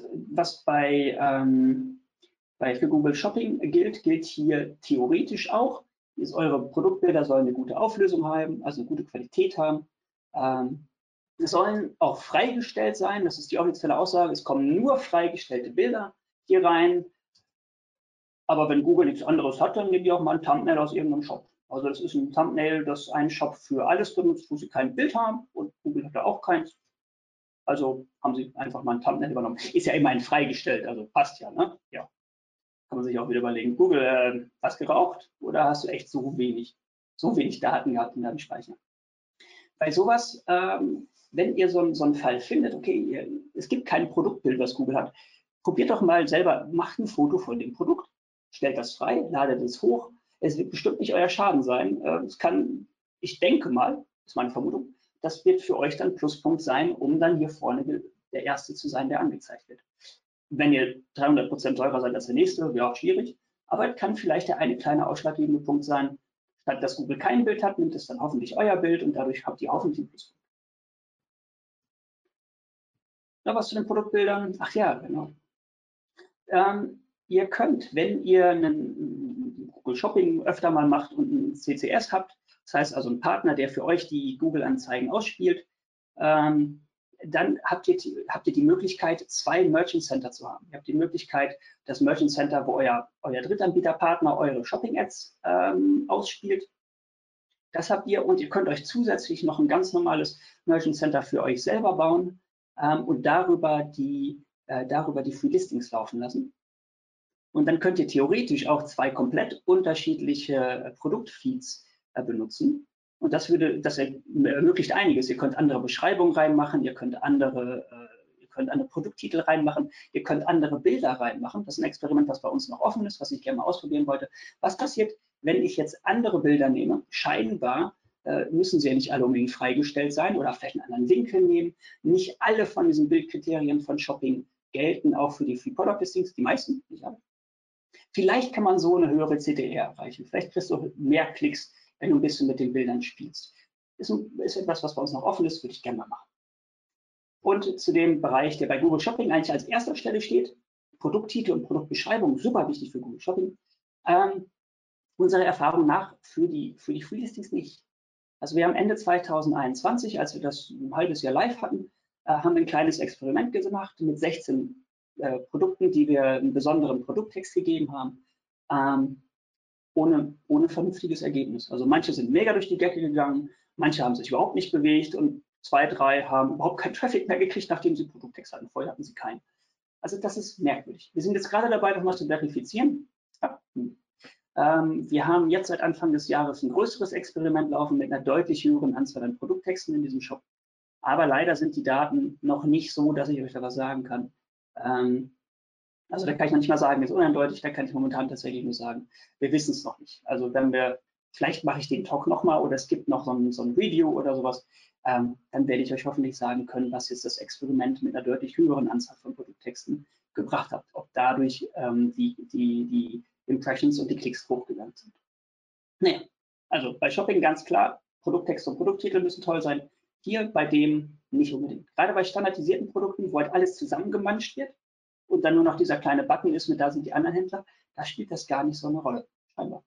Speaker 2: für Google Shopping gilt hier theoretisch auch. Eure Produktbilder sollen eine gute Auflösung haben, also eine gute Qualität haben. Sollen auch freigestellt sein, das ist die offizielle Aussage. Es kommen nur freigestellte Bilder hier rein. Aber wenn Google nichts anderes hat, dann nehmen die auch mal ein Thumbnail aus irgendeinem Shop. Also das ist ein Thumbnail, das ein Shop für alles benutzt, wo sie kein Bild haben und Google hat da auch keins. Also haben sie einfach mal ein Thumbnail übernommen. Ist ja immerhin freigestellt, also passt ja, ne? Ja. Kann man sich auch wieder überlegen, Google, was geraucht oder hast du echt so wenig Daten gehabt in deinem Speicher? Bei sowas, wenn ihr so einen Fall findet, okay, es gibt kein Produktbild, was Google hat, probiert doch mal selber, macht ein Foto von dem Produkt, stellt das frei, ladet es hoch. Es wird bestimmt nicht euer Schaden sein. Ich denke mal, das ist meine Vermutung, das wird für euch dann Pluspunkt sein, um dann hier vorne der Erste zu sein, der angezeigt wird. Wenn ihr 300% teurer seid als der nächste, wäre auch schwierig, aber kann vielleicht der eine kleine ausschlaggebende Punkt sein. Statt dass Google kein Bild hat, nimmt es dann hoffentlich euer Bild und dadurch habt ihr hoffentlich einen Pluspunkt. Noch was zu den Produktbildern? Ach ja, genau. Ihr könnt, wenn ihr einen Google Shopping öfter mal macht und ein CCS habt, das heißt also ein Partner, der für euch die Google-Anzeigen ausspielt, dann habt ihr die Möglichkeit, 2 Merchant Center zu haben. Ihr habt die Möglichkeit, das Merchant Center, wo euer Drittanbieterpartner eure Shopping-Ads ausspielt. Das habt ihr und ihr könnt euch zusätzlich noch ein ganz normales Merchant Center für euch selber bauen und darüber die Free Listings laufen lassen. Und dann könnt ihr theoretisch auch 2 komplett unterschiedliche Produktfeeds benutzen. Und das ermöglicht einiges. Ihr könnt andere Beschreibungen reinmachen, ihr könnt andere Produkttitel reinmachen, ihr könnt andere Bilder reinmachen. Das ist ein Experiment, was bei uns noch offen ist, was ich gerne mal ausprobieren wollte. Was passiert, wenn ich jetzt andere Bilder nehme? Scheinbar müssen sie ja nicht alle unbedingt freigestellt sein oder vielleicht einen anderen Winkel nehmen. Nicht alle von diesen Bildkriterien von Shopping gelten auch für die Free Product Listings, die meisten, nicht alle. Vielleicht kann man so eine höhere CTR erreichen. Vielleicht kriegst du mehr Klicks, wenn du ein bisschen mit den Bildern spielst. Ist etwas, was bei uns noch offen ist, würde ich gerne mal machen. Und zu dem Bereich, der bei Google Shopping eigentlich als erster Stelle steht, Produkttitel und Produktbeschreibung, super wichtig für Google Shopping. Unserer Erfahrung nach für die Free Listings nicht. Also wir haben Ende 2021, als wir das ein halbes Jahr live hatten, haben wir ein kleines Experiment gemacht mit 16 Produkten, die wir einen besonderen Produkttext gegeben haben, ohne vernünftiges Ergebnis. Also manche sind mega durch die Decke gegangen, manche haben sich überhaupt nicht bewegt und 2, 3 haben überhaupt keinen Traffic mehr gekriegt, nachdem sie Produkttext hatten. Vorher hatten sie keinen. Also das ist merkwürdig. Wir sind jetzt gerade dabei, das mal zu verifizieren. Ja. Wir haben jetzt seit Anfang des Jahres ein größeres Experiment laufen mit einer deutlich höheren Anzahl an Produkttexten in diesem Shop. Aber leider sind die Daten noch nicht so, dass ich euch da was sagen kann. Also da kann ich noch nicht mal sagen, ist uneindeutig, da kann ich momentan tatsächlich nur sagen, wir wissen es noch nicht. Also wenn wir vielleicht mache ich den Talk nochmal oder es gibt noch so ein Review oder sowas, dann werde ich euch hoffentlich sagen können, was jetzt das Experiment mit einer deutlich höheren Anzahl von Produkttexten gebracht hat, ob dadurch die Impressions und die Klicks hochgegangen sind. Naja, also bei Shopping ganz klar, Produkttext und Produkttitel müssen toll sein. Hier bei dem nicht unbedingt. Gerade bei standardisierten Produkten, wo halt alles zusammengemanscht wird und dann nur noch dieser kleine Button ist mit da sind die anderen Händler, da spielt das gar nicht so eine Rolle, scheinbar.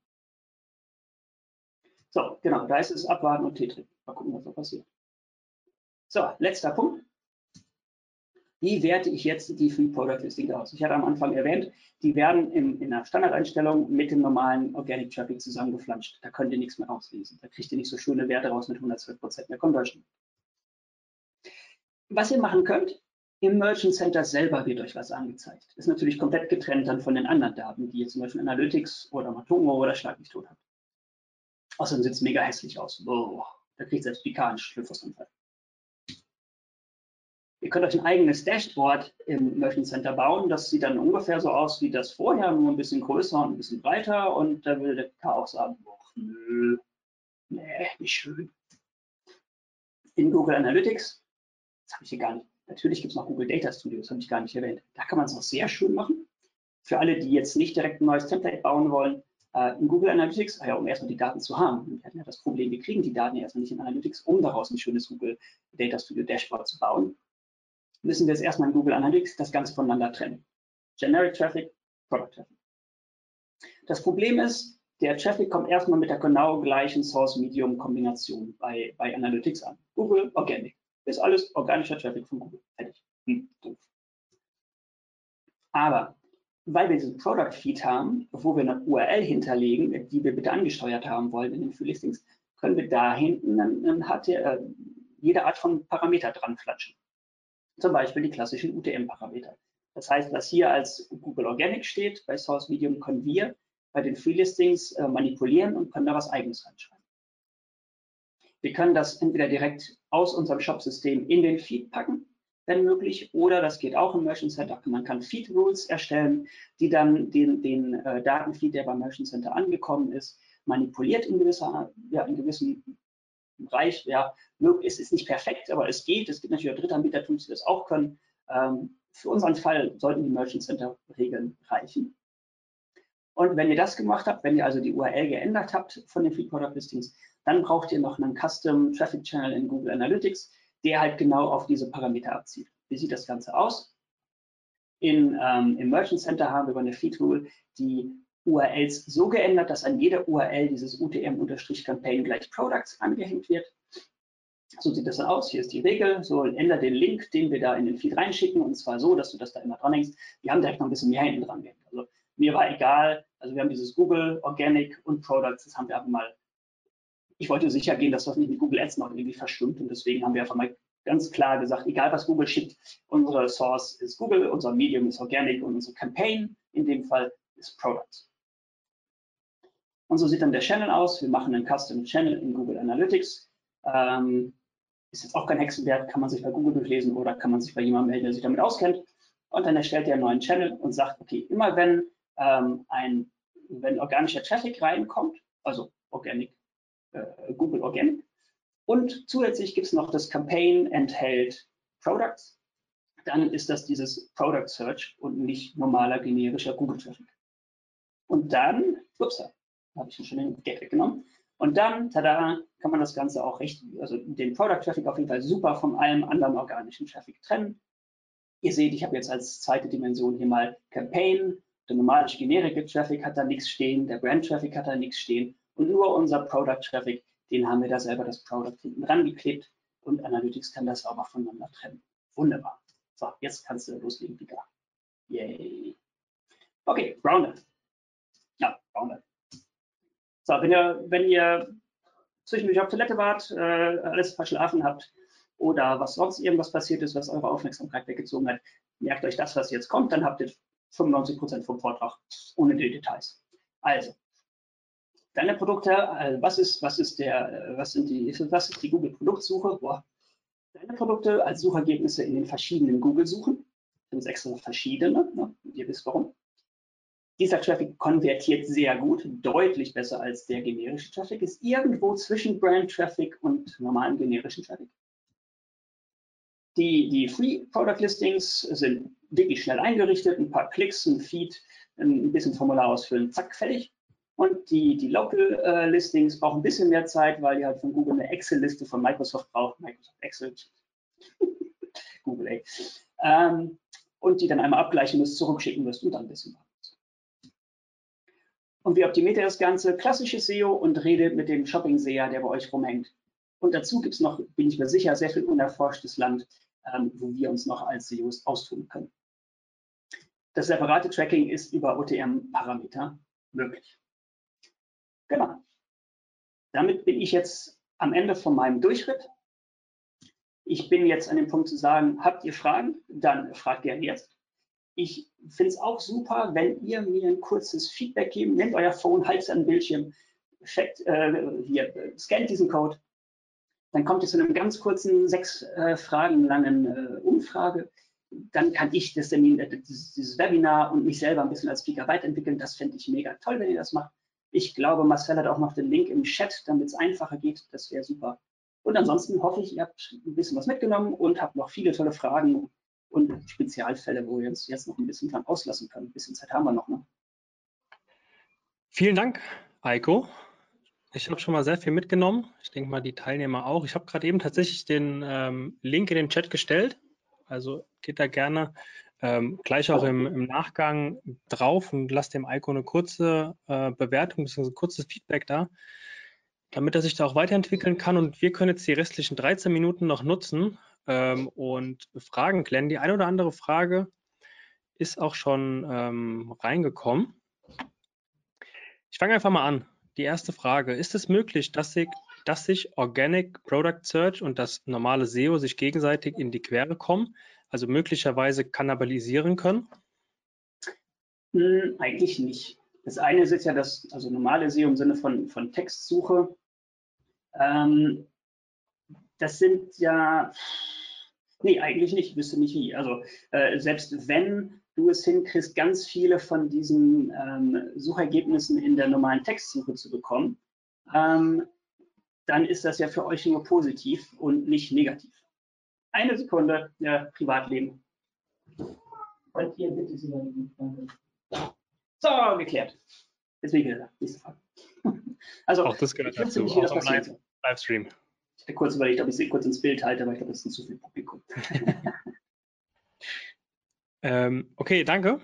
Speaker 2: So, genau, da ist es Abwarten und Tee trinken. Mal gucken, was da passiert. So, letzter Punkt. Wie werte ich jetzt die Free Product Listing aus? Ich hatte am Anfang erwähnt, die werden in der Standardeinstellung mit dem normalen Organic Traffic zusammengeflanscht. Da könnt ihr nichts mehr auslesen. Da kriegt ihr nicht so schöne Werte raus mit 112% mehr Conversion. Was ihr machen könnt, im Merchant Center selber wird euch was angezeigt. Ist natürlich komplett getrennt dann von den anderen Daten, die ihr zum Beispiel Analytics oder Matomo oder Schlag mich tot habt. Außerdem sieht es mega hässlich aus. Boah, da kriegt selbst Picard einen Schlüpferanfall. Ihr könnt euch ein eigenes Dashboard im Merchant Center bauen. Das sieht dann ungefähr so aus wie das vorher, nur ein bisschen größer und ein bisschen breiter. Und da will der Picard auch sagen, boah, nö, nee, nicht schön. In Google Analytics, das habe ich hier gar nicht. Natürlich gibt es noch Google Data Studio, das habe ich gar nicht erwähnt. Da kann man es auch sehr schön machen. Für alle, die jetzt nicht direkt ein neues Template bauen wollen, in Google Analytics, um erstmal die Daten zu haben. Wir hatten ja das Problem, wir kriegen die Daten ja erstmal nicht in Analytics, um daraus ein schönes Google Data Studio Dashboard zu bauen. Müssen wir jetzt erstmal in Google Analytics das Ganze voneinander trennen. Generic Traffic, Product Traffic. Das Problem ist, der Traffic kommt erstmal mit der genau gleichen Source-Medium-Kombination bei Analytics an. Google Organic. Ist alles organischer Traffic von Google. Fertig. Doof. Aber weil wir diesen Product Feed haben, wo wir eine URL hinterlegen, die wir bitte angesteuert haben wollen in den Free Listings, können wir da hinten jede Art von Parameter dran flatschen. Zum Beispiel die klassischen UTM-Parameter. Das heißt, was hier als Google Organic steht, bei Source Medium können wir bei den Free Listings manipulieren und können da was Eigenes reinschreiben. Wir können das entweder direkt aus unserem Shop-System in den Feed packen, wenn möglich, oder das geht auch im Merchant Center. Man kann Feed Rules erstellen, die dann den Datenfeed, der beim Merchant Center angekommen ist, manipuliert in gewissem Bereich. Ja, es ist nicht perfekt, aber es geht. Es gibt natürlich auch Drittanbieter-Tools, die das auch können. Für unseren Fall sollten die Merchant Center-Regeln reichen. Und wenn ihr das gemacht habt, wenn ihr also die URL geändert habt von den Feed Product Listings, dann braucht ihr noch einen Custom Traffic Channel in Google Analytics, der halt genau auf diese Parameter abzielt. Wie sieht das Ganze aus? Im Merchant Center haben wir über eine Feed Rule die URLs so geändert, dass an jeder URL dieses UTM-Campaign gleich Products angehängt wird. So sieht das dann aus. Hier ist die Regel. So, ändere den Link, den wir da in den Feed reinschicken, und zwar so, dass du das da immer dran hängst. Wir haben direkt noch ein bisschen mehr hinten dran gehängt. Also mir war egal. Also wir haben dieses Google, Organic und Products. Das haben wir einfach mal. Ich wollte sicher gehen, dass das nicht mit Google Ads noch irgendwie verstimmt, und deswegen haben wir einfach mal ganz klar gesagt, egal was Google schickt, unsere Source ist Google, unser Medium ist Organic und unsere Campaign in dem Fall ist Products. Und so sieht dann der Channel aus. Wir machen einen Custom Channel in Google Analytics. Ist jetzt auch kein Hexenwerk, kann man sich bei Google durchlesen oder kann man sich bei jemandem melden, der sich damit auskennt. Und dann erstellt er einen neuen Channel und sagt, okay, immer wenn organischer Traffic reinkommt, also Google Organic, und zusätzlich gibt es noch das Campaign enthält Products, dann ist das dieses Product Search und nicht normaler generischer Google Traffic. Und dann, ups, da habe ich schon den Gag weggenommen. Und dann, tada, kann man das Ganze auch den Product Traffic auf jeden Fall super von allem anderen organischen Traffic trennen. Ihr seht, ich habe jetzt als zweite Dimension hier mal Campaign. Der normale generische Traffic hat da nichts stehen, der Brand Traffic hat da nichts stehen, und nur unser Product Traffic, den haben wir da selber das Product hinten dran geklebt, und Analytics kann das sauber voneinander trennen. Wunderbar. So, jetzt kannst du loslegen, Pika. Yay. Okay, Roundup. Ja, Roundup. So, wenn ihr zwischendurch auf Toilette wart, alles verschlafen habt oder was sonst irgendwas passiert ist, was eure Aufmerksamkeit weggezogen hat, merkt euch das, was jetzt kommt, dann habt ihr 95% vom Vortrag ohne die Details. Also, deine Produkte, was ist die Google-Produktsuche? Deine Produkte als Suchergebnisse in den verschiedenen Google-Suchen. Das sind extra verschiedene, ne? Ihr wisst warum. Dieser Traffic konvertiert sehr gut, deutlich besser als der generische Traffic, ist irgendwo zwischen Brand Traffic und normalen generischen Traffic. Die Free Product Listings sind wirklich schnell eingerichtet, ein paar Klicks, ein Feed, ein bisschen Formular ausfüllen, zack, fertig. Und die Local Listings brauchen ein bisschen mehr Zeit, weil die halt von Google eine Excel-Liste von Microsoft braucht, Microsoft Excel, Google, ey. Und die dann einmal abgleichen musst, zurückschicken wirst und dann ein bisschen warten. Und wie optimiert ihr das Ganze? Klassisches SEO und redet mit dem Shopping-SEA, der bei euch rumhängt. Und dazu gibt es noch, bin ich mir sicher, sehr viel unerforschtes Land, wo wir uns noch als SEOs austun können. Das separate Tracking ist über OTM-Parameter möglich. Genau. Damit bin ich jetzt am Ende von meinem Durchritt. Ich bin jetzt an dem Punkt zu sagen, habt ihr Fragen? Dann fragt gerne jetzt. Ich finde es auch super, wenn ihr mir ein kurzes Feedback gebt. Nehmt euer Phone, haltet es an den Bildschirm, checkt, scannt diesen Code. Dann kommt ihr zu einem ganz kurzen, 6 Fragen langen Umfrage. Dann kann ich dieses Webinar und mich selber ein bisschen als Speaker weiterentwickeln. Das fände ich mega toll, wenn ihr das macht. Ich glaube, Marcel hat auch noch den Link im Chat, damit es einfacher geht. Das wäre super. Und ansonsten hoffe ich, ihr habt ein bisschen was mitgenommen und habt noch viele tolle Fragen und Spezialfälle, wo wir uns jetzt noch ein bisschen dran auslassen können. Ein bisschen Zeit haben wir noch. Ne?
Speaker 1: Vielen Dank, Eiko. Ich habe schon mal sehr viel mitgenommen. Ich denke mal, die Teilnehmer auch. Ich habe gerade eben tatsächlich den Link in den Chat gestellt. Also geht da gerne gleich auch im Nachgang drauf und lasst dem Eiko eine kurze Bewertung bzw. kurzes Feedback da, damit er sich da auch weiterentwickeln kann. Und wir können jetzt die restlichen 13 Minuten noch nutzen und Fragen klären. Die eine oder andere Frage ist auch schon reingekommen. Ich fange einfach mal an. Die erste Frage: Ist es möglich, dass sich Organic Product Search und das normale SEO sich gegenseitig in die Quere kommen, also möglicherweise kannibalisieren können?
Speaker 2: Eigentlich nicht. Das eine ist ja das normale SEO im Sinne von Textsuche. Das sind ja, nee, eigentlich nicht, ich wüsste nicht wie. Also selbst wenn du es hinkriegst, ganz viele von diesen Suchergebnissen in der normalen Textsuche zu bekommen, dann ist das ja für euch nur positiv und nicht negativ. Eine Sekunde, Privatleben. Wollt ihr bitte Sie So, geklärt. Jetzt bin ich wieder da. Nächste Frage. Also,
Speaker 1: auch das gehört dazu,
Speaker 2: nicht, wie das
Speaker 1: auch
Speaker 2: passiert.
Speaker 1: Livestream.
Speaker 2: Ich hatte kurz überlegt, ob ich sie kurz ins Bild halte, aber ich glaube, das ist zu viel Publikum.
Speaker 1: Okay, danke.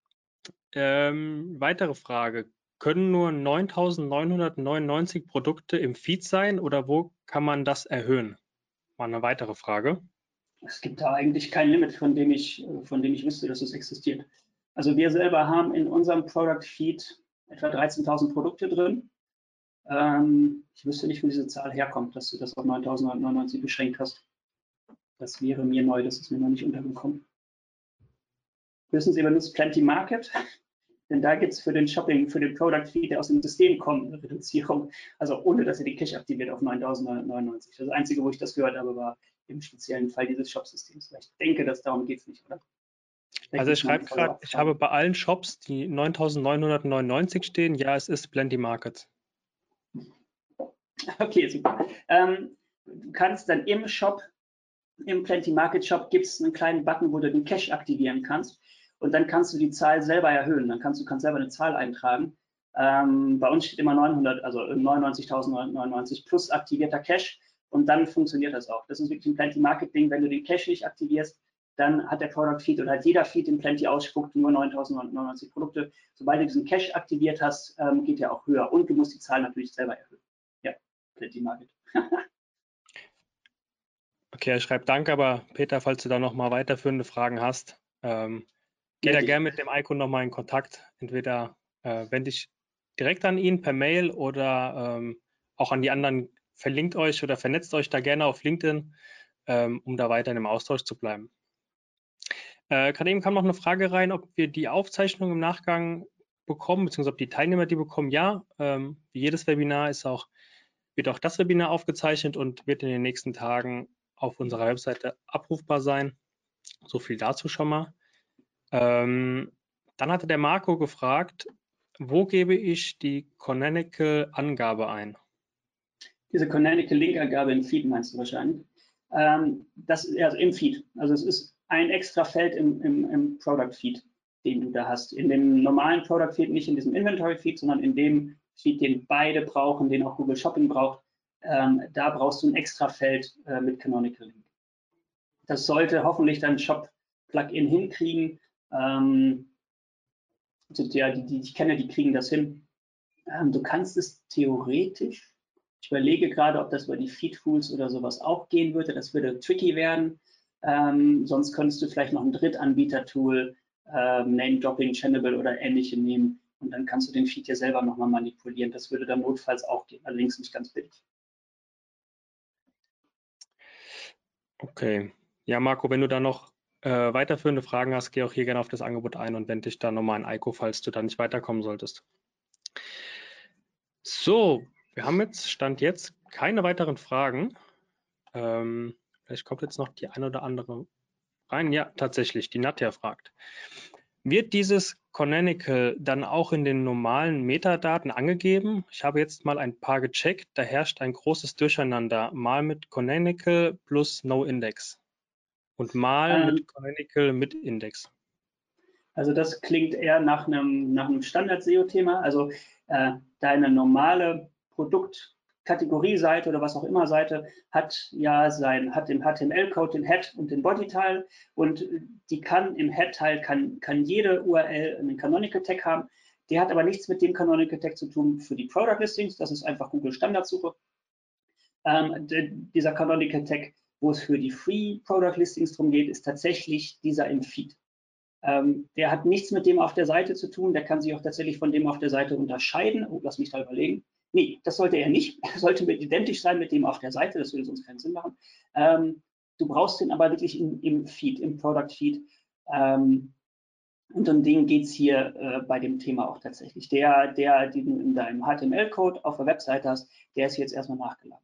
Speaker 1: Weitere Frage. Können nur 9.999 Produkte im Feed sein oder wo kann man das erhöhen? Mal eine weitere Frage.
Speaker 2: Es gibt da eigentlich kein Limit, von dem ich wüsste, dass es existiert. Also wir selber haben in unserem Product Feed etwa 13.000 Produkte drin. Ich wüsste nicht, wo diese Zahl herkommt, dass du das auf 9.999 beschränkt hast. Das wäre mir neu, das ist mir noch nicht untergekommen. Wissen Sie, benutzt Plenty Market? Denn da gibt es für den Product Feed, der aus dem System kommt, eine Reduzierung. Also ohne, dass ihr die Cache aktiviert auf 9.999. Das Einzige, wo ich das gehört habe, war im speziellen Fall dieses Shop-Systems. Ich denke, dass darum geht es nicht, oder?
Speaker 1: Also ich schreibe gerade, ich habe bei allen Shops die 9.999 stehen. Ja, es ist Plenty Market.
Speaker 2: Okay, super. Du kannst dann im Shop, im Plenty Market Shop, gibt es einen kleinen Button, wo du den Cache aktivieren kannst. Und dann kannst du die Zahl selber erhöhen. Dann kannst du selber eine Zahl eintragen. Bei uns steht immer 900, also 99.099 plus aktivierter Cache. Und dann funktioniert das auch. Das ist wirklich ein Plenty Market Ding. Wenn du den Cache nicht aktivierst, dann hat der Product Feed oder hat jeder Feed, den Plenty ausspuckt, nur 9.099 Produkte. Sobald du diesen Cache aktiviert hast, geht der auch höher. Und du musst die Zahl natürlich selber erhöhen. Ja, Plenty Market.
Speaker 1: Okay, er schreibt Danke, aber Peter, falls du da nochmal weiterführende Fragen hast, geh da gerne mit dem Eiko nochmal in Kontakt. Entweder wende dich direkt an ihn per Mail oder auch an die anderen, verlinkt euch oder vernetzt euch da gerne auf LinkedIn, um da weiter im Austausch zu bleiben. Gerade eben kam noch eine Frage rein, ob wir die Aufzeichnung im Nachgang bekommen, beziehungsweise ob die Teilnehmer die bekommen. Ja, wie jedes Webinar wird auch das Webinar aufgezeichnet und wird in den nächsten Tagen auf unserer Webseite abrufbar sein. So viel dazu schon mal. Dann hatte der Marco gefragt, wo gebe ich die Canonical-Angabe ein?
Speaker 2: Diese Canonical Link-Angabe im Feed meinst du wahrscheinlich. Das ist also im Feed. Also es ist ein extra Feld im Product Feed, den du da hast. In dem normalen Product Feed, nicht in diesem Inventory Feed, sondern in dem Feed, den beide brauchen, den auch Google Shopping braucht. Da brauchst du ein extra Feld mit Canonical Link. Das sollte hoffentlich dein Shop-Plugin hinkriegen. Die ich kenne, die kriegen das hin. Du kannst es theoretisch, ich überlege gerade, ob das über die Feed-Tools oder sowas auch gehen würde. Das würde tricky werden. Sonst könntest du vielleicht noch ein Drittanbieter-Tool, Name-Dropping, Channable oder ähnliche nehmen. Und dann kannst du den Feed hier selber nochmal manipulieren. Das würde dann notfalls auch gehen, allerdings nicht ganz billig.
Speaker 1: Okay. Ja, Marco, wenn du da noch weiterführende Fragen hast, geh auch hier gerne auf das Angebot ein und wende dich dann nochmal an Eiko, falls du da nicht weiterkommen solltest. So, wir haben jetzt, Stand jetzt, keine weiteren Fragen. Vielleicht kommt jetzt noch die eine oder andere rein. Ja, tatsächlich, die Nadja fragt. Wird dieses Canonical dann auch in den normalen Metadaten angegeben? Ich habe jetzt mal ein paar gecheckt, da herrscht ein großes Durcheinander, mal mit Canonical plus No Index und mal mit Canonical mit Index.
Speaker 2: Also das klingt eher nach einem Standard-SEO-Thema. Also deine normale Produktkategorie-Seite oder was auch immer Seite hat ja im HTML-Code den Head und den Body-Teil und die kann im Head-Teil kann jede URL einen Canonical-Tag haben. Der hat aber nichts mit dem Canonical-Tag zu tun für die Product-Listings. Das ist einfach Google Standardsuche. Dieser Canonical-Tag, wo es für die Free Product-Listings drum geht, ist tatsächlich dieser im Feed. Der hat nichts mit dem auf der Seite zu tun, der kann sich auch tatsächlich von dem auf der Seite unterscheiden. Oh, lass mich da überlegen. Nee, das sollte er nicht. Er sollte identisch sein mit dem auf der Seite, das würde sonst keinen Sinn machen. Du brauchst den aber wirklich im Feed, im Product Feed. Und um den geht es hier bei dem Thema auch tatsächlich. Den du in deinem HTML-Code auf der Webseite hast, der ist jetzt erstmal nachgelagert.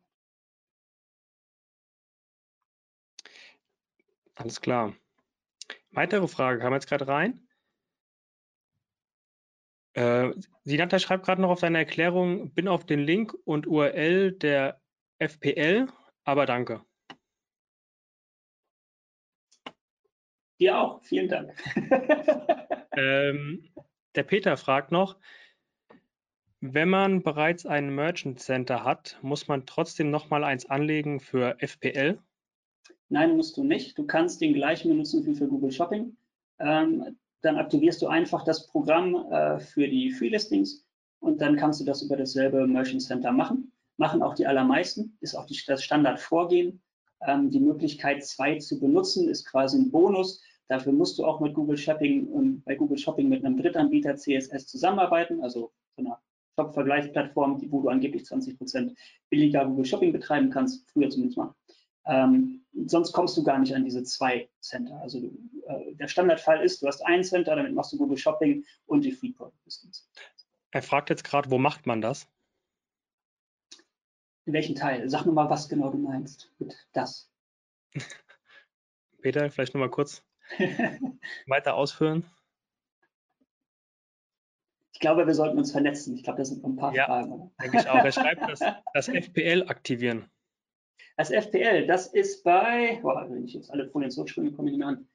Speaker 1: Alles klar. Weitere Frage kam jetzt gerade rein. Sinata schreibt gerade noch auf deine Erklärung, bin auf den Link und URL der FPL, aber danke.
Speaker 2: Dir auch, vielen Dank.
Speaker 1: Der Peter fragt noch, wenn man bereits ein Merchant Center hat, muss man trotzdem nochmal eins anlegen für FPL?
Speaker 2: Nein, musst du nicht. Du kannst den gleichen benutzen wie für Google Shopping. Dann aktivierst du einfach das Programm für die Free Listings und dann kannst du das über dasselbe Merchant Center machen. Machen auch die allermeisten, ist auch das Standardvorgehen. Die Möglichkeit, 2 zu benutzen, ist quasi ein Bonus. Dafür musst du auch mit Google Shopping, bei Google Shopping mit einem Drittanbieter CSS zusammenarbeiten, also so einer Shop-Vergleichsplattform, wo du angeblich 20% billiger Google Shopping betreiben kannst, früher zumindest mal. Sonst kommst du gar nicht an diese 2 Center. Also der Standardfall ist, du hast ein Center, damit machst du Google Shopping und die Free Product Listings.
Speaker 1: Er fragt jetzt gerade, wo macht man das?
Speaker 2: In welchem Teil? Sag nur mal, was genau du meinst mit das.
Speaker 1: Peter, vielleicht nochmal kurz weiter ausführen.
Speaker 2: Ich glaube, wir sollten uns vernetzen. Ich glaube, das sind ein paar Fragen. Oder?
Speaker 1: Denke ich auch. Er schreibt, das FPL aktivieren.
Speaker 2: Das FPL, das ist bei, wenn ich jetzt alle Folien zurückspringe, komme ich nicht mehr an.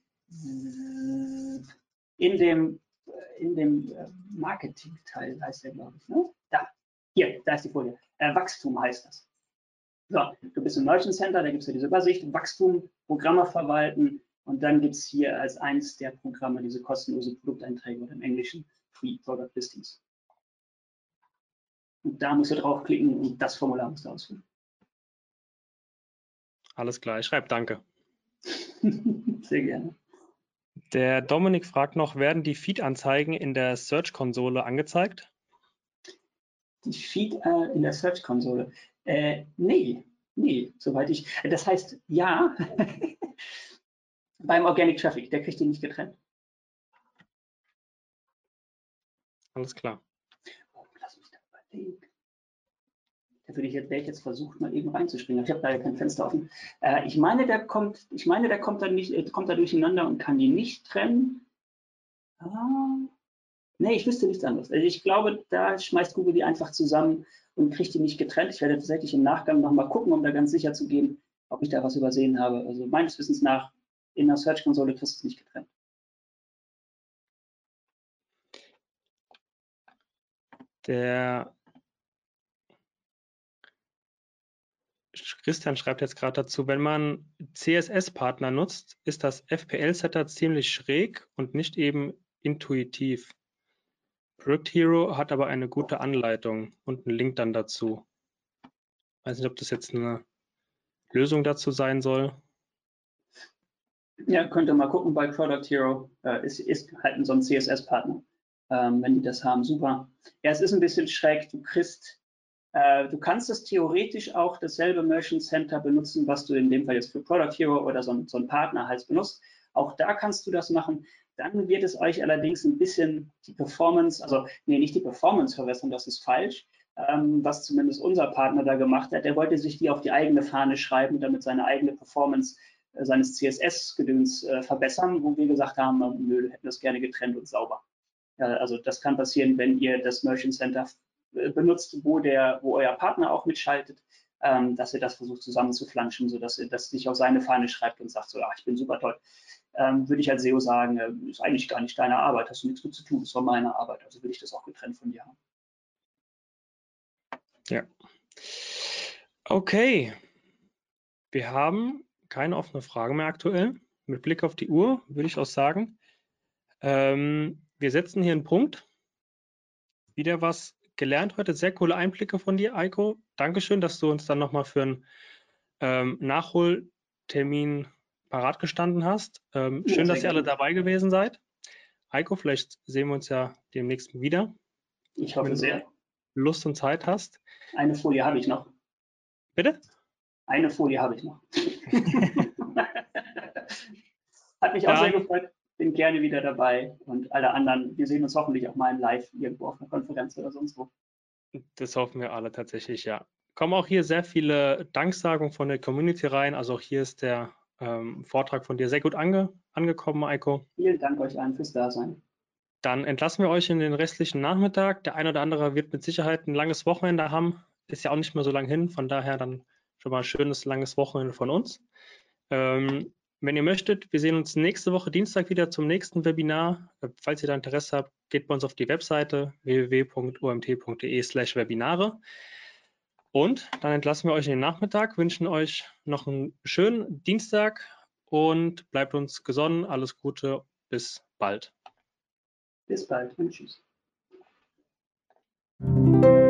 Speaker 2: In dem Marketing-Teil heißt der, glaube ich. Ne? Da ist die Folie. Wachstum heißt das. So, du bist im Merchant Center, da gibt es ja diese Übersicht, Wachstum, Programme verwalten und dann gibt es hier als eins der Programme diese kostenlose Produkteinträge oder im Englischen Free Product Listings. Und da musst du draufklicken und das Formular musst du ausfüllen.
Speaker 1: Alles klar, ich schreibe danke.
Speaker 2: Sehr gerne.
Speaker 1: Der Dominik fragt noch, werden die Feed-Anzeigen in der Search-Konsole angezeigt?
Speaker 2: Die Feed in der Search-Konsole? Nee, soweit ich. Das heißt, ja, beim Organic Traffic, der kriegt die nicht getrennt.
Speaker 1: Alles klar.
Speaker 2: Oh, lass mich da überlegen. Da wäre ich jetzt versucht, mal eben reinzuspringen. Ich habe da ja kein Fenster offen. Ich meine, der kommt dann nicht, kommt da durcheinander und kann die nicht trennen. Nee, ich wüsste nichts anderes. Also ich glaube, da schmeißt Google die einfach zusammen und kriegt die nicht getrennt. Ich werde tatsächlich im Nachgang nochmal gucken, um da ganz sicher zu gehen, ob ich da was übersehen habe. Also meines Wissens nach in der Search-Konsole kriegst du es nicht getrennt.
Speaker 1: Der Christian schreibt jetzt gerade dazu, wenn man CSS-Partner nutzt, ist das FPL-Setter ziemlich schräg und nicht eben intuitiv. Product Hero hat aber eine gute Anleitung und einen Link dann dazu. Weiß nicht, ob das jetzt eine Lösung dazu sein soll.
Speaker 2: Ja, könnt ihr mal gucken bei Product Hero. Ist halt so ein CSS-Partner. Wenn die das haben, super. Ja, es ist ein bisschen schräg. Du kannst es theoretisch auch dasselbe Merchant Center benutzen, was du in dem Fall jetzt für Product Hero oder so ein Partner halt benutzt. Auch da kannst du das machen. Dann wird es euch allerdings ein bisschen die Performance, also nee, nicht die Performance verbessern, das ist falsch. Was zumindest unser Partner da gemacht hat, der wollte sich die auf die eigene Fahne schreiben, damit seine eigene Performance seines CSS-Gedöns verbessern, wo wir gesagt haben, nö, wir hätten das gerne getrennt und sauber. Also das kann passieren, wenn ihr das Merchant Center benutzt, wo euer Partner auch mitschaltet, dass ihr das versucht zusammenzuflanschen, sodass ihr das nicht auf seine Fahne schreibt und sagt, so, ich bin super toll. Würde ich als SEO sagen, ist eigentlich gar nicht deine Arbeit, hast du nichts mit zu tun, das war meine Arbeit, also will ich das auch getrennt von dir haben.
Speaker 1: Ja. Okay. Wir haben keine offene Frage mehr aktuell. Mit Blick auf die Uhr würde ich auch sagen, wir setzen hier einen Punkt. Wieder was gelernt heute. Sehr coole Einblicke von dir, Eiko. Dankeschön, dass du uns dann nochmal für einen Nachholtermin parat gestanden hast. Schön, dass ihr alle dabei gewesen seid. Eiko, vielleicht sehen wir uns ja demnächst wieder.
Speaker 2: Ich hoffe sehr.
Speaker 1: Lust und Zeit hast.
Speaker 2: Eine Folie habe ich noch.
Speaker 1: Bitte?
Speaker 2: Eine Folie habe ich noch. Hat mich auch sehr gefreut. Bin gerne wieder dabei. Und alle anderen, wir sehen uns hoffentlich auch mal in Live irgendwo auf einer Konferenz oder sonst wo.
Speaker 1: Das hoffen wir alle tatsächlich, ja. Kommen auch hier sehr viele Danksagungen von der Community rein. Also auch hier ist der Vortrag von dir sehr gut angekommen, Eiko.
Speaker 2: Vielen Dank euch allen fürs Dasein.
Speaker 1: Dann entlassen wir euch in den restlichen Nachmittag. Der eine oder andere wird mit Sicherheit ein langes Wochenende haben. Ist ja auch nicht mehr so lang hin. Von daher dann schon mal ein schönes, langes Wochenende von uns. Wenn ihr möchtet, wir sehen uns nächste Woche Dienstag wieder zum nächsten Webinar. Falls ihr da Interesse habt, geht bei uns auf die Webseite www.omt.de/Webinare. Und dann entlassen wir euch in den Nachmittag, wünschen euch noch einen schönen Dienstag und bleibt uns gesonnen. Alles Gute, bis bald.
Speaker 2: Bis bald und tschüss.